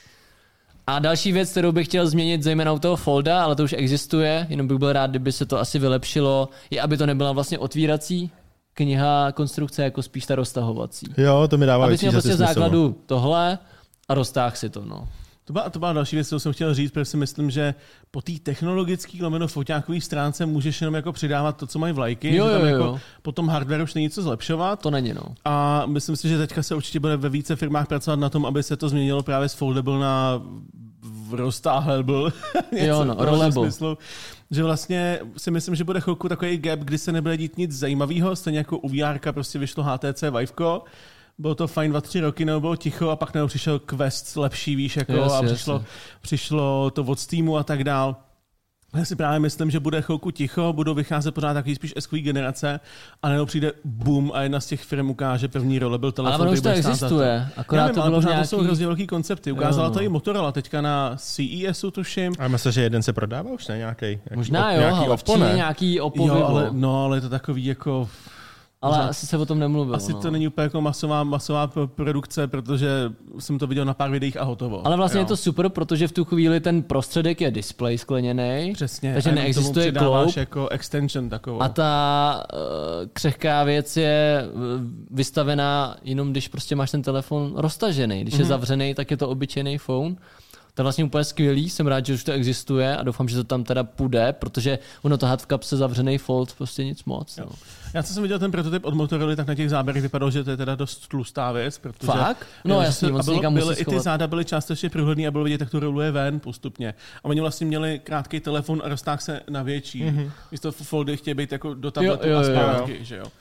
A další věc, kterou bych chtěl změnit zejména u toho Folda, ale to už existuje, jenom bych byl rád, kdyby se to asi vylepšilo, je, aby to nebyla vlastně otvírací kniha, konstrukce, jako spíš ta roztahovací. Jo, to mi dává větší smysl. Aby měl prostě smysl. základu tohle a roztáh si to, no. To byla další věc, kterou jsem chtěl říct, protože si myslím, že po té technologické foťákové stránce můžeš jenom jako přidávat to, co mají vlajky, jo, že tam jo. jako po tom hardwareu už není co zlepšovat. To není, no. A myslím si, že teďka se určitě bude ve více firmách pracovat na tom, aby se to změnilo právě z foldable na roztáhlable. Jo, no, rollable. Smyslu, že vlastně si myslím, že bude chvilku takový gap, kdy se nebude dít nic zajímavého, stejně jako u VR prostě vyšlo HTC Viveko. Bylo to fajn 2-3 roky, nebo bylo ticho a pak nebo přišel Quest lepší, víš, jako, přišlo to od Steamu a tak dál. Já si právě myslím, že bude chvilku ticho, budou vycházet pořád takový spíš S generace a nebo přijde boom a jedna z těch firm ukáže první rollable telefon. Ale ono už to existuje, akorát nevím, to bylo nějaký... nějaký... to jsou hrozně velký koncepty. Ukázala to i Motorola teďka na CESu, tuším. A myslím, že jeden se prodává už, ne? Nějaký možná jo, ale v Číně nějaký Oppo jo, ale je to takový jako... Ale asi se o tom nemluvilo. Asi to není úplně jako masová produkce, protože jsem to viděl na pár videích a hotovo. Ale vlastně je to super, protože v tu chvíli ten prostředek je displej skleněný. Přesně. Takže neexistuje kloub. Jako extension takovou. A ta křehká věc je vystavená jenom, když prostě máš ten telefon roztažený. Když je zavřený, tak je to obyčejný phone. To je vlastně úplně skvělý, jsem rád, že už to existuje a doufám, že to tam teda půjde, protože ono to v kapse zavřený fold prostě nic moc. No. Já co jsem viděl ten prototyp od Motorola, tak na těch záběrech vypadalo, že to je teda dost tlustá věc. Protože, fakt? No jasně, moc někam musí schovat. I ty záda byly částečně průhledný a bylo vidět, jak to roluje ven postupně. A oni vlastně měli krátký telefon a roztáhl se na větší. Místo foldy chtějí být jako do tabletu a zpátky, že jo.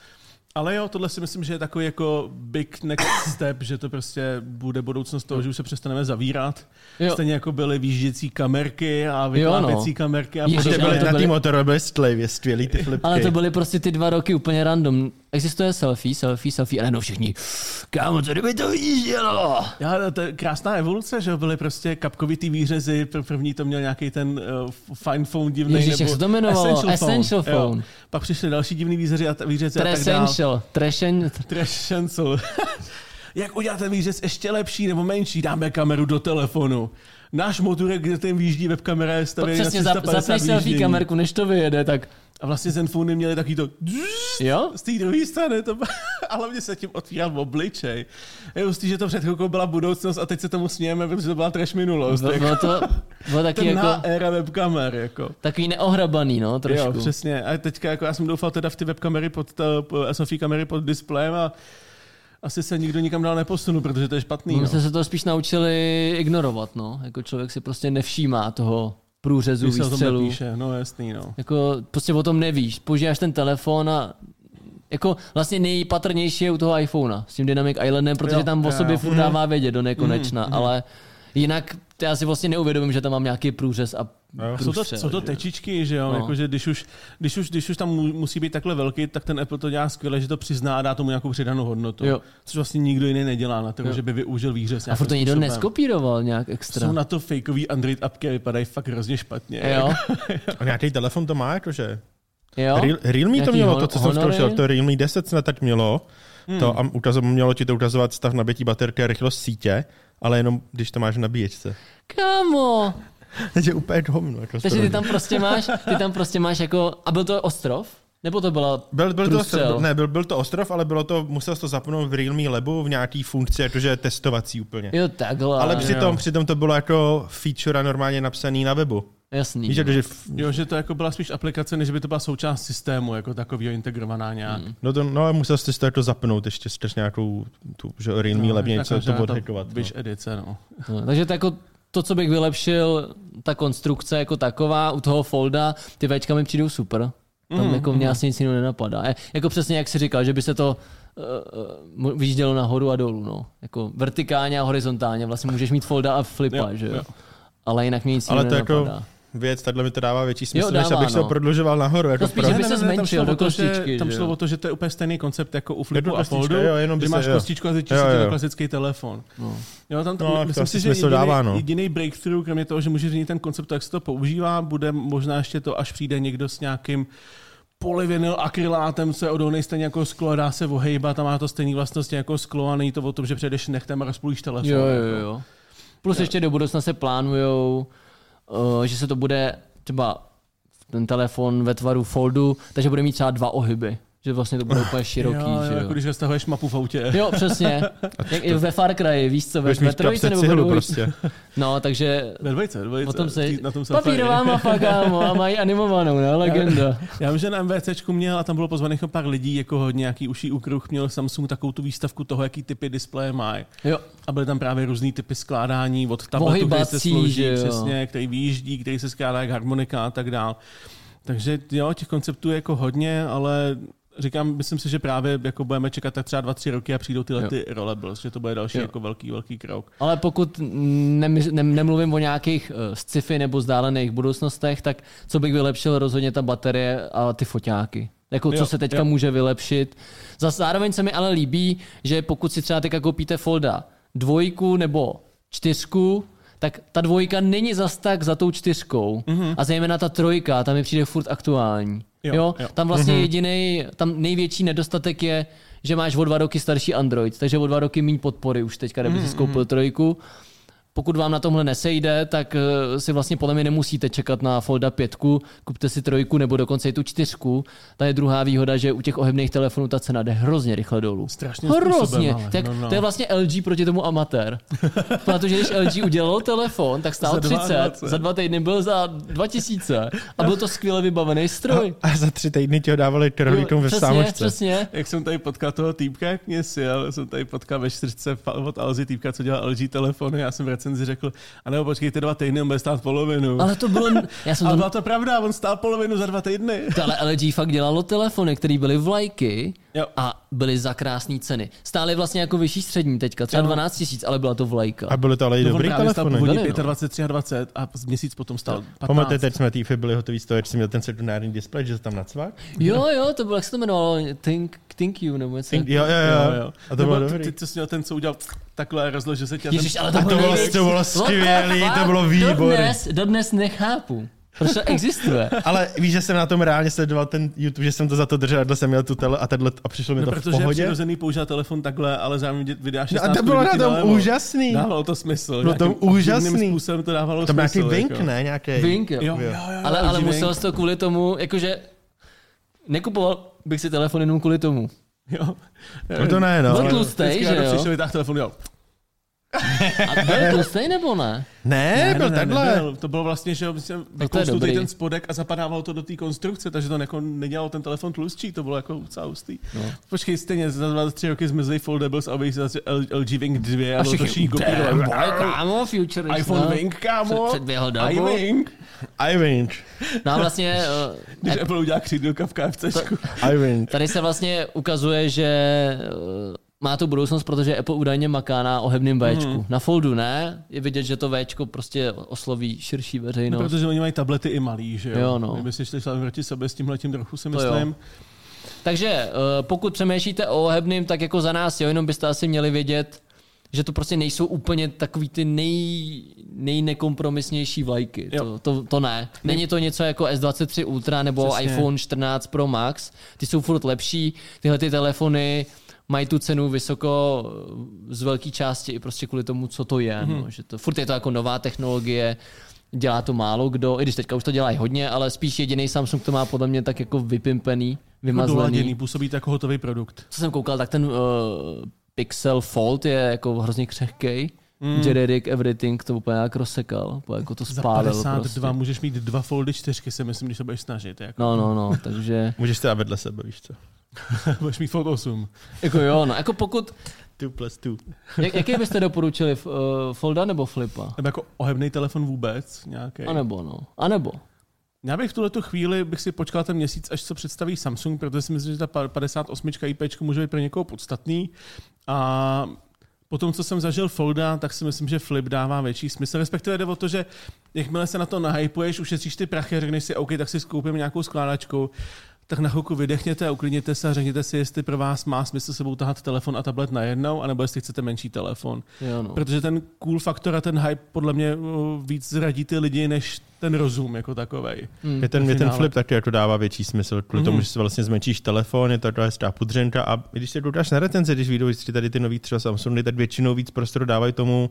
Ale jo, tohle si myslím, že je takový jako big next step, že to prostě bude budoucnost toho, že už se přestaneme zavírat. Jo. Stejně jako byly výjížděcí kamerky a vyklápěcí kamerky. A Ježiš, byly na té Motorola byly skvělý ty flipky. Ale to byly prostě ty 2 roky úplně random. Existuje selfie, a no všichni, kámo, co kdyby to vyjíždělo? Já, to je krásná evoluce, že byly prostě kapkovitý výřezy, první to měl nějaký ten fine phone divný, Ježiš, jak se to jmenovalo? Essential phone. Jo. Pak přišly další divný výřezy a tak dál. Trashential. Jak udělat ten výřez ještě lepší nebo menší? Dáme kameru do telefonu. Náš motorek, kde ten výjíždí webkamera je stavěný na 350 zapni selfie kamerku, než to vyjede, tak... A vlastně Zenfony měli taky to... Jo? Z té druhé strany, a hlavně se tím otvíral obličej. Je hustý, že to před chvilkou byla budoucnost a teď se tomu smějeme, protože to byla trash minulost. Bylo taky jako... éra webkamer, jako. Takový neohrabaný, no, trošku. Jo, přesně. A teďka, jako já jsem doufal teda v ty webkamery selfie kamery pod displejem a asi se nikdo nikam dál neposunu, protože to je špatný. My jsme se to spíš naučili ignorovat, no. Jako člověk si prostě nevšímá toho průřezu, výstřelu. Nepíše, no jasný, no. Jako prostě o tom nevíš. Používáš ten telefon a jako vlastně nejpatrnější je u toho iPhonea s tím Dynamic Islandem, protože tam o sobě furt dává vědět do nekonečna, ale jinak já si vlastně neuvědomím, že tam mám nějaký průřez a jsou to tečičky, že jo? No. Jako, že když už tam musí být takhle velký, tak ten Apple to dělá skvěle, že to přizná a dá tomu nějakou přidanou hodnotu. Jo. Což vlastně nikdo jiný nedělá na to, že by využil výřez. A furt to nikdo neskopíroval nějak extra. Jsou na to fakeový Android appky a vypadají fakt hrozně špatně. Jo. A nějaký telefon to má, jakože? Jo. Realme to mělo, to, co jsem zkoušel, to Realme 10 snad tak mělo. To a mělo ti to ukazovat stav nabití baterky a rychlost sítě, ale jenom když to máš v nabíječce. Kámo! Takže úplně hovno. Takže ty tam prostě máš jako... A byl to ostrov? Nebo to byla byl to ostrov, ale musel jsi to zapnout v Realme Labu v nějaký funkci, jakože testovací úplně. Jo, takhle. Ale přitom to bylo jako feature normálně napsaný na webu. Jasný. Víš, že to jako byla spíš aplikace, než by to byla součást systému, jako takovýho integrovaná nějak. No, musel jsi to jako zapnout ještě skrz nějakou že Realme Lab něco to odhackovat. Víš, edice, no. Takže to jako to, co bych vylepšil, ta konstrukce jako taková, u toho folda, ty Včka mi přijdou super. Tam jako mě asi nic jiného nenapadá. Jako přesně jak jsi říkal, že by se to vyjíždělo nahoru a dolů. No. Jako vertikálně a horizontálně. Vlastně můžeš mít folda a flipa, že jo? Ale jinak mě nic jiného nenapadá. Jako věc, takhle mi to dává větší smysl, než abych se ho prodlužoval nahoru. Jako spíš, by se zmenšil do kostičky. Tam šlo o to, že to je úplně stejný koncept jako u flipu a foldu, kdy máš kostičku a zvětšíš si to klasický telefon. Myslím si, že jediný breakthrough, kromě toho, že může změnit ten koncept, jak se to používá, bude možná ještě to, až přijde někdo s nějakým polyvinyl akrylátem, co je odolný stejně jako sklo, dá se ohejbat a má to stejný vlastnosti jako sklo a není to o tom, že přejdeš nechtem a rozpůlíš telefon. Jo. Plus ještě do budoucna se plánujou, že se to bude třeba ten telefon ve tvaru foldu, takže bude mít třeba 2 ohyby. Že vlastně to bude úplně široký. Jo, jako když roztahuješ mapu v autě. Jo, přesně. Jak i ve Far Cry, víš co, ve trojce nebo ve dvojce. Prostě. No, takže... Ve dvojce. O tom se... Papírová mapa, kámo, a mají animovanou, ne? Legenda. Já vím, že na MVCčku měl, a tam bylo pozvaných pár lidí, jako hodně nějaký uší úkruh, měl Samsung takovou tu výstavku toho, jaký typy displeje mají. Jo. A byly tam právě různý typy skládání od tabletu, který se složí, přesně, který vyjíždí, který se skládá jak harmonika a tak dál. Takže jo, těch konceptů je jako hodně, ale říkám, myslím si, že právě jako budeme čekat tak třeba 2-3 roky a přijdou tyhle ty rollables, že to bude další jako velký krok. Ale pokud nemluvím o nějakých sci-fi nebo vzdálených budoucnostech, tak co bych vylepšil rozhodně ta baterie a ty foťáky. Jako co se teďka může vylepšit. Zároveň se mi ale líbí, že pokud si třeba teďka koupíte Folda 2 nebo 4, tak ta 2 není zas tak za tou 4. A zejména ta 3, tam mi přijde furt aktuální. Jo. Tam vlastně tam největší nedostatek je, že máš o 2 roky starší Android, takže o 2 roky méně podpory už teďka, kdyby si skoupil 3. Pokud vám na tomhle nesejde, tak si vlastně podle mě nemusíte čekat na Folda 5, kupte si 3 nebo dokonce i tu 4. Ta je druhá výhoda, že u těch ohebných telefonů ta cena jde hrozně rychle dolů. Strašně hrozně. To je vlastně LG proti tomu amatér. Protože když LG udělal telefon, tak stál 30, za 2 týdny byl za 2000 a byl to skvěle vybavený stroj. A za 3 týdny ti ho dávali terorítům ve sámočce. Přesně. Jak jsem tady potkal toho týpka, jak mě sjel, jsem tady potkal ve 4 od Alzy týpka, co dělal LG telefony, já jsem recenzi řekl, a nebo počkejte 2 týdny, on bude stát polovinu. Ale to bylo... byla to pravda, on stál polovinu za 2 týdny. Ale LG fakt dělalo telefony, které byly vlajky Jo. A byly za krásné ceny. Stály vlastně jako vyšší střední teďka, třeba 12 000, ale byla to vlajka. A byly to ale i dobrý telefony. Původně 25, 23 a měsíc potom stál 15. Pamatujete, teď jsme týfy byli hotový z toho, že jsem měl ten sekundární displej, že se tam nacvak? Jo, to bylo, jak se to jmenovalo, Think You, nebo něco. Jo. A to bylo dobrý. Ty jsi měl ten, co udělal takhle, rozložil se tě. Ježiš, ale to bylo skvělý, to bylo výborný. Dodnes nechápu. Proč to existuje? Ale víš, že jsem na tom reálně sledoval ten YouTube, že jsem to za to držel, a jsem měl tu a přišlo mi to v pohodě. Protože je přirozený používat telefon takhle, ale zároveň videa 16. No a to bylo na tom úžasný. Dávalo to smysl. No to úžasný. Způsobem to dávalo to smysl. To byl nějaký wink, ne? Nějaký. Wink, jo. Ale musel jsi to kvůli tomu, jakože nekupoval bych si telefon jenom kvůli tomu. Jo. To ne, no. Byl tlustej, že jo? Přišel vytáhl telefon, jo. A byl tlustej nebo ne? Ne, byl takhle. Nebyl. To bylo vlastně, že vykousnutý ten spodek a zapadávalo to do té konstrukce, takže to jako nedělalo ten telefon tlustší, to bylo jako docela hustý. No. Počkej, stejně za 2-3 roky zmizely foldables a objeví se zase LG Wing 2 a bylo to všichni kopírovat. Kámo, futurist. iPhone Wing, kámo. Předběhl dobu. iWing. No a vlastně... Když Apple udělá křídlka v KFCčku. iWing. Tady se vlastně ukazuje, že má tu budoucnost, protože Apple údajně maká na ohebným Včku. Na Foldu ne, je vidět, že to Včko prostě osloví širší veřejnost. No, protože oni mají tablety i malý, že jo? Jo, no. Kdyby si šli proti sobě s tímhletím trochu, si myslím. Takže pokud přemýšlíte o ohebným, tak jako za nás, jo, jenom byste asi měli vědět, že to prostě nejsou úplně takový ty nejnekompromisnější vlajky. To ne. Není to něco jako S23 Ultra nebo přesně. iPhone 14 Pro Max. Ty jsou furt lepší. Tyhle ty telefony mají tu cenu vysoko z velké části i prostě kvůli tomu, co to je. No, že to, furt je to jako nová technologie, dělá to málo kdo, i když teďka už to dělají hodně, ale spíš jediný Samsung to má podle mě tak jako vypimpený, vymazlený. Doladěný, působí to jako hotový produkt. Co jsem koukal, tak ten Pixel Fold je jako hrozně křehkej. Generic Everything to úplně jak rozsekal, jako to spálil. Za 52 prostě. Můžeš mít 2 Foldy 4, si myslím, když se budeš snažit. Jako. No, takže... Můžeš to vedle sebe, víš co? Budeš mít Fold 8. Jako jo, no, jako pokud... 2+2. Jaký byste doporučili? Folda nebo Flipa? Nebo jako ohebný telefon vůbec nějaký. A nebo. Já bych v tuhletu chvíli bych si počkal ten měsíc, až co představí Samsung, protože si myslím, že ta 58 IP může být pro někoho podstatný. A potom, co jsem zažil Folda, tak si myslím, že Flip dává větší smysl. Respektive jde o to, že jakmile se na to nahypuješ, ušetříš ty prachy, řekneš si, OK, tak si skoupím nějakou skládačku, tak na chvilku vydechněte a uklidněte se a řekněte si, jestli pro vás má smysl sebou tahat telefon a tablet najednou, anebo jestli chcete menší telefon. Jo, no. Protože ten cool faktor a ten hype podle mě víc zradí ty lidi, než ten rozum jako takovej. Mě ten Flip taky jako dává větší smysl, kvůli tomu, že si vlastně zmenšíš telefon, je to taková pudřenka a když se doudáš na recenze, když vyjdou tady ty nový třeba Samsungy, tak většinou víc prostoru dávají tomu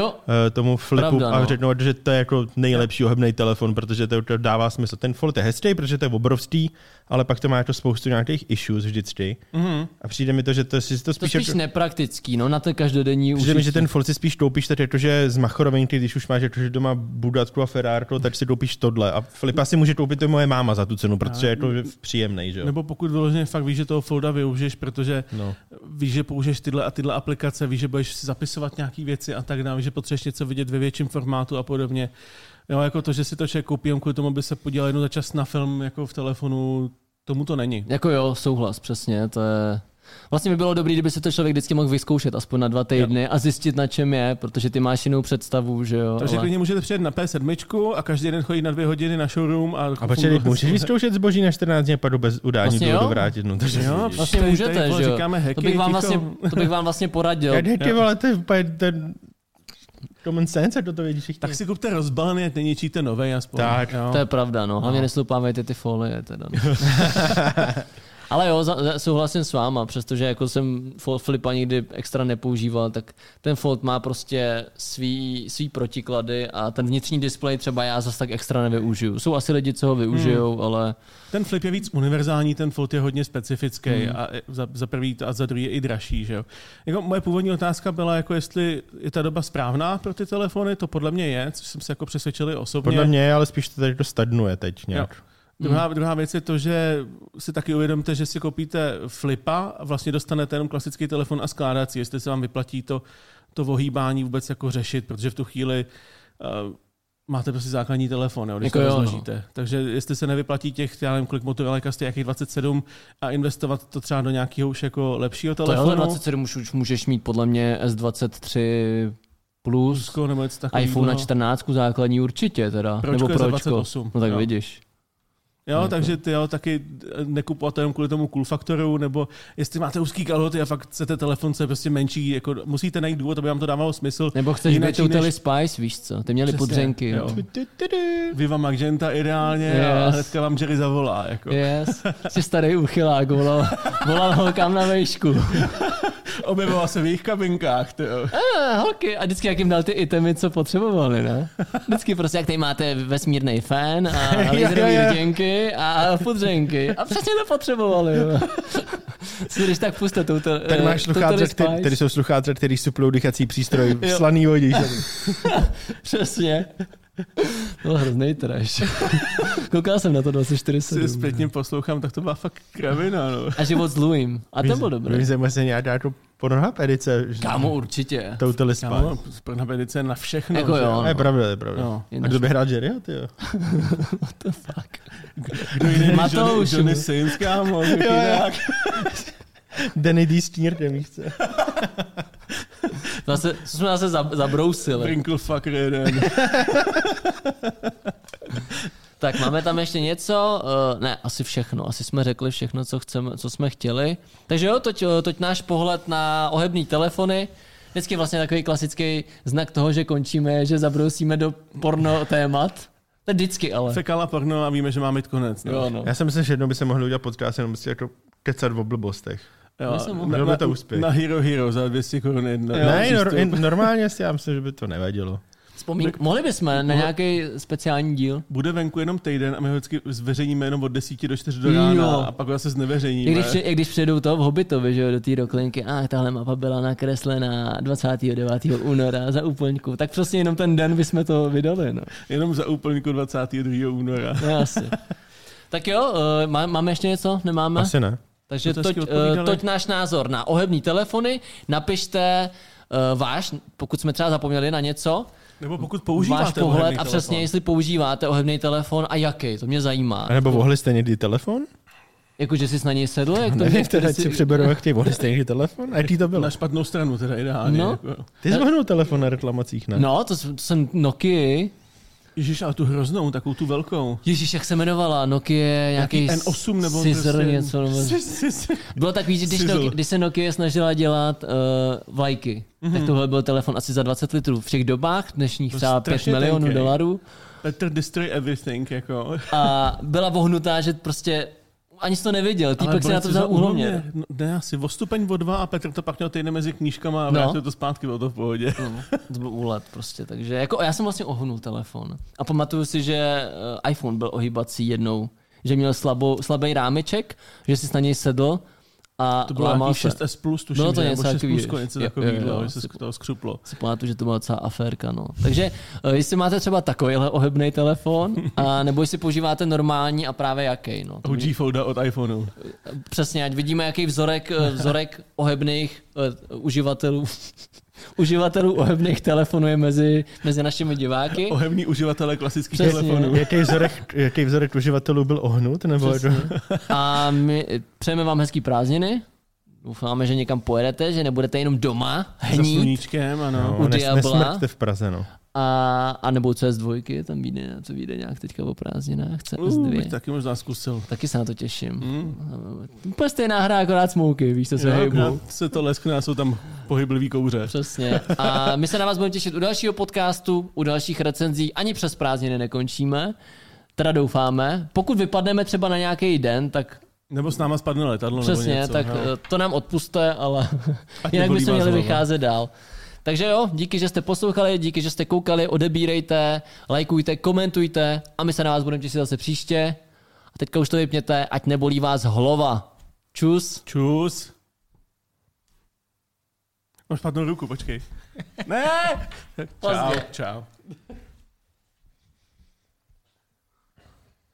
Flipu. Pravda, a řeknou, že to je jako nejlepší ohebný telefon, protože to dává smysl. Ten Fold je hezčí, protože to je obrovský, ale pak to má jako spoustu nějakých issues vždycky. A přijde mi to, že to spíš jako nepraktický, no, na té každodenní užití. Přijde mi, že ten Fold si spíš koupíš tak jakože z machorovinky, když už máš jakože doma Bugatku a Ferrari, tak si koupíš tohle. A Flipa si může koupit to moje máma za tu cenu, protože je to příjemný, že jo. Nebo pokud vyloženě fakt víš, že toho Folda využiješ, protože víš, že použiješ tyhle a tyhle aplikace, víš, že budeš zapisovat nějaký věci a tak dále, že potřebuješ něco vidět ve větším formátu a podobně. Jo, jako to, že si to člověk koupí, kvůli tomu, aby se podíval jednou za čas na film jako v telefonu, tomu to není. Jako jo, souhlas, přesně, to je... Vlastně by bylo dobré, kdyby se to člověk vždycky mohl vyzkoušet aspoň na 2 týdny a zjistit, na čem je, protože ty máš jinou představu, že jo. Takže klidně můžete přijet na P7 a každý den chodit na 2 hodiny na showroom. A počkej, můžeš vyzkoušet zboží na 14 dní a pak bez udání vlastně to vrátit. No, takže jo, vlastně můžete, že jo. Hacky, to bych vám vlastně poradil. Hacky, ale to je úplně ten common sense, to vědí všichni. Tak si kupte rozbalený, ať neníčíte novej aspoň. Tak. To je pravda, no. Hlavně nesloupávejte ty folie teda. Ale jo, souhlasím s váma, přestože jako jsem Flipa nikdy extra nepoužíval, tak ten Fold má prostě svý protiklady a ten vnitřní displej třeba já zase tak extra nevyužiju. Jsou asi lidi, co ho využijou, ale... Ten Flip je víc univerzální, ten Fold je hodně specifický a za prvý a za druhý je i dražší. Že jo? Jako moje původní otázka byla, jako jestli je ta doba správná pro ty telefony, to podle mě je, což jsem se jako přesvědčili osobně. Podle mě je, ale spíš to tady stadnuje teď nějak. Jo. Druhá věc je to, že si taky uvědomte, že si koupíte Flipa a vlastně dostanete jenom klasický telefon a skládací, jestli se vám vyplatí to ohýbání vůbec jako řešit, protože v tu chvíli máte prostě základní telefon, když Jako to jo, rozložíte. Takže jestli se nevyplatí těch, já nevím, kolik Motorola stojí, jakých 27 a investovat to třeba do nějakého už jako lepšího telefonu. To 27 už můžeš mít podle mě S23 plus, nebo iPhone na 14 základní určitě teda. Pročko nebo je za Pročko. 28. No tak jo. vidíš. Jo, takže ty jo, taky nekupovat to jenom kvůli tomu cool faktoru, nebo jestli máte úzký kalhoty a fakt chcete telefon, co je prostě menší, jako musíte najít důvod, aby vám to dávalo smysl. Nebo chceš Jinak být Totally Spice, víš co? Ty měli Přesně, podřenky. jo. Viva Magenta ideálně a hnedka vám Jerry zavolá. Jako. Yes, jsi starý uchylák, volal holkám na vejšku. Objevoval se v jejich kabinkách, ty jo. Holky, a vždycky jak jim dal ty itemy, co potřebovali, ne? Vždycky prostě, jak tady máte vesmírný fén a laserový rtěnky a podřenky. A přesně to potřebovali. Si když tak puste tak máš slucháře, který jsou slucháře, který suplou dýchací přístroj v slaný vodě. Přesně. To byl hrozný trash. Koukal jsem na to 24/7. Si zpětně poslouchám, tak to byla fakt kravina. No. A život s Louiem. A ten byl dobrý. Mě zajímá se nějaká Pornhub edice. Kámo, určitě. Totally Spice. Kámo, Pornhub edice na všechno. Jako jo. Je pravda, je pravda. No. A kdo by hrál Jerryho, ty jo? What the fuck? Kdo jiný Matouš. Johnny Sins, kámo. Danny D. Sneer, víš co? To jsme zase zabrousili. Wrinkle fucker jeden. Tak máme tam ještě něco? Ne, asi všechno. Asi jsme řekli všechno, co jsme chtěli. Takže jo, toť náš pohled na ohebný telefony. Vždycky vlastně takový klasický znak toho, že končíme, že zabrousíme do porno témat. To je vždycky, ale. Fekala porno a víme, že máme jít konec. No. Jo, no. Já si myslím, že jednou by se mohli udělat podcast jenom si jako kecat o blbostech. Jo, Mělo by to úspěch. Na Hero za 200 korun jedna. Ne, normálně si já myslím, že by to nevadilo. Mohli bychom na nějaký speciální díl. Bude venku jenom týden a my ho vždycky zveřejníme jenom od 10 do 4 do rána a pak ho zase zneveřejníme. Když přijedou to v Hobbitovi, že jo, do té roklinky, tahle mapa byla nakreslená 29. února za úplňku, tak prostě jenom ten den bychom to vydali. No. Jenom za úplňku 22. února. No, asi. Tak jo, máme ještě něco? Nemáme? Asi ne. Takže toť náš názor na ohebný telefony. Napište váš, pokud jsme třeba zapomněli na něco, nebo pokud používáte váš pohled a telefon. přesně, jestli používáte ohebný telefon a jaký, to mě zajímá. A nebo vohli jste někdy telefon? Jakože jsi na něj sedl? Jak to ne, teda si přiberu, jak ty vohli jste někdy telefon? A jaký to bylo? Na špatnou stranu teda ideálně. No. Jako. Ty jsi vohnul telefon na reklamacích, ne? No, to jsem Nokia. Ježiš, ale tu hroznou, takovou tu velkou. Ježiš, jak se jmenovala? Nokia, nějaký N8 nebo Scissor prostě... něco. Nebo... Bylo takový, že když se Nokia snažila dělat vlajky, tak tohle byl telefon asi za 20 litrů. V těch dobách dnešních třeba 5 milionů dolarů. Better destroy everything, jako. A byla vohnutá, že prostě ani jsi to neviděl. Týpek si na to vzal úhlovně. No, ne, asi o stupeň o 2 a Petr to pak měl týden mezi knížkama a vrátil to zpátky, bylo to v pohodě. No, to byl úlet prostě. Takže jako já jsem vlastně ohnul telefon. A pamatuju si, že iPhone byl ohýbací jednou. Že měl slabý rámeček, že jsi na něj sedl a to bylo nějaký 6S Plus, tuším, bylo to že, něco nebo 6 takový, Plus, něco takového, že se toho skřuplo. Si pamatuju, že to byla celá aférka. No. Takže jestli máte třeba takovýhle ohebný telefon, a nebo jestli používáte normální a právě jaký. No. OG Folda od iPhoneu. Přesně, ať vidíme, jaký vzorek ohebných uživatelů ohebných telefonů je mezi našimi diváky. Ohební uživatelé klasických telefonů. Jaký vzorek uživatelů byl ohnut? Nebo a my přejeme vám hezký prázdniny. Doufáme, že někam pojedete, že nebudete jenom doma hnít. Za sluníčkem, ano. U diabla. Nesmrťte v Praze, no. A nebo CS2, tam vyjde nějak teďka o prázdninách. CS2. Bych taky možná zkusil. Taky se na to těším. Úplně stejná hra, akorát smouky, víš, co se hejbou. Se to leskne, jsou tam pohyblivý kouře. Přesně. A my se na vás budeme těšit u dalšího podcastu, u dalších recenzí. Ani přes prázdniny nekončíme. Teda doufáme. Pokud vypadneme třeba na nějaký den, tak nebo s náma spadne letadlo. přesně, nebo něco, tak to nám odpuste, ale jinak bychom měli vycházet dál. Takže jo, díky, že jste poslouchali, díky, že jste koukali, odebírejte, lajkujte, komentujte a my se na vás budeme těšit zase příště. A teďka už to vypněte, ať nebolí vás hlava. Čus. Čus. Mám špatnou ruku, počkej. Ne! Čau.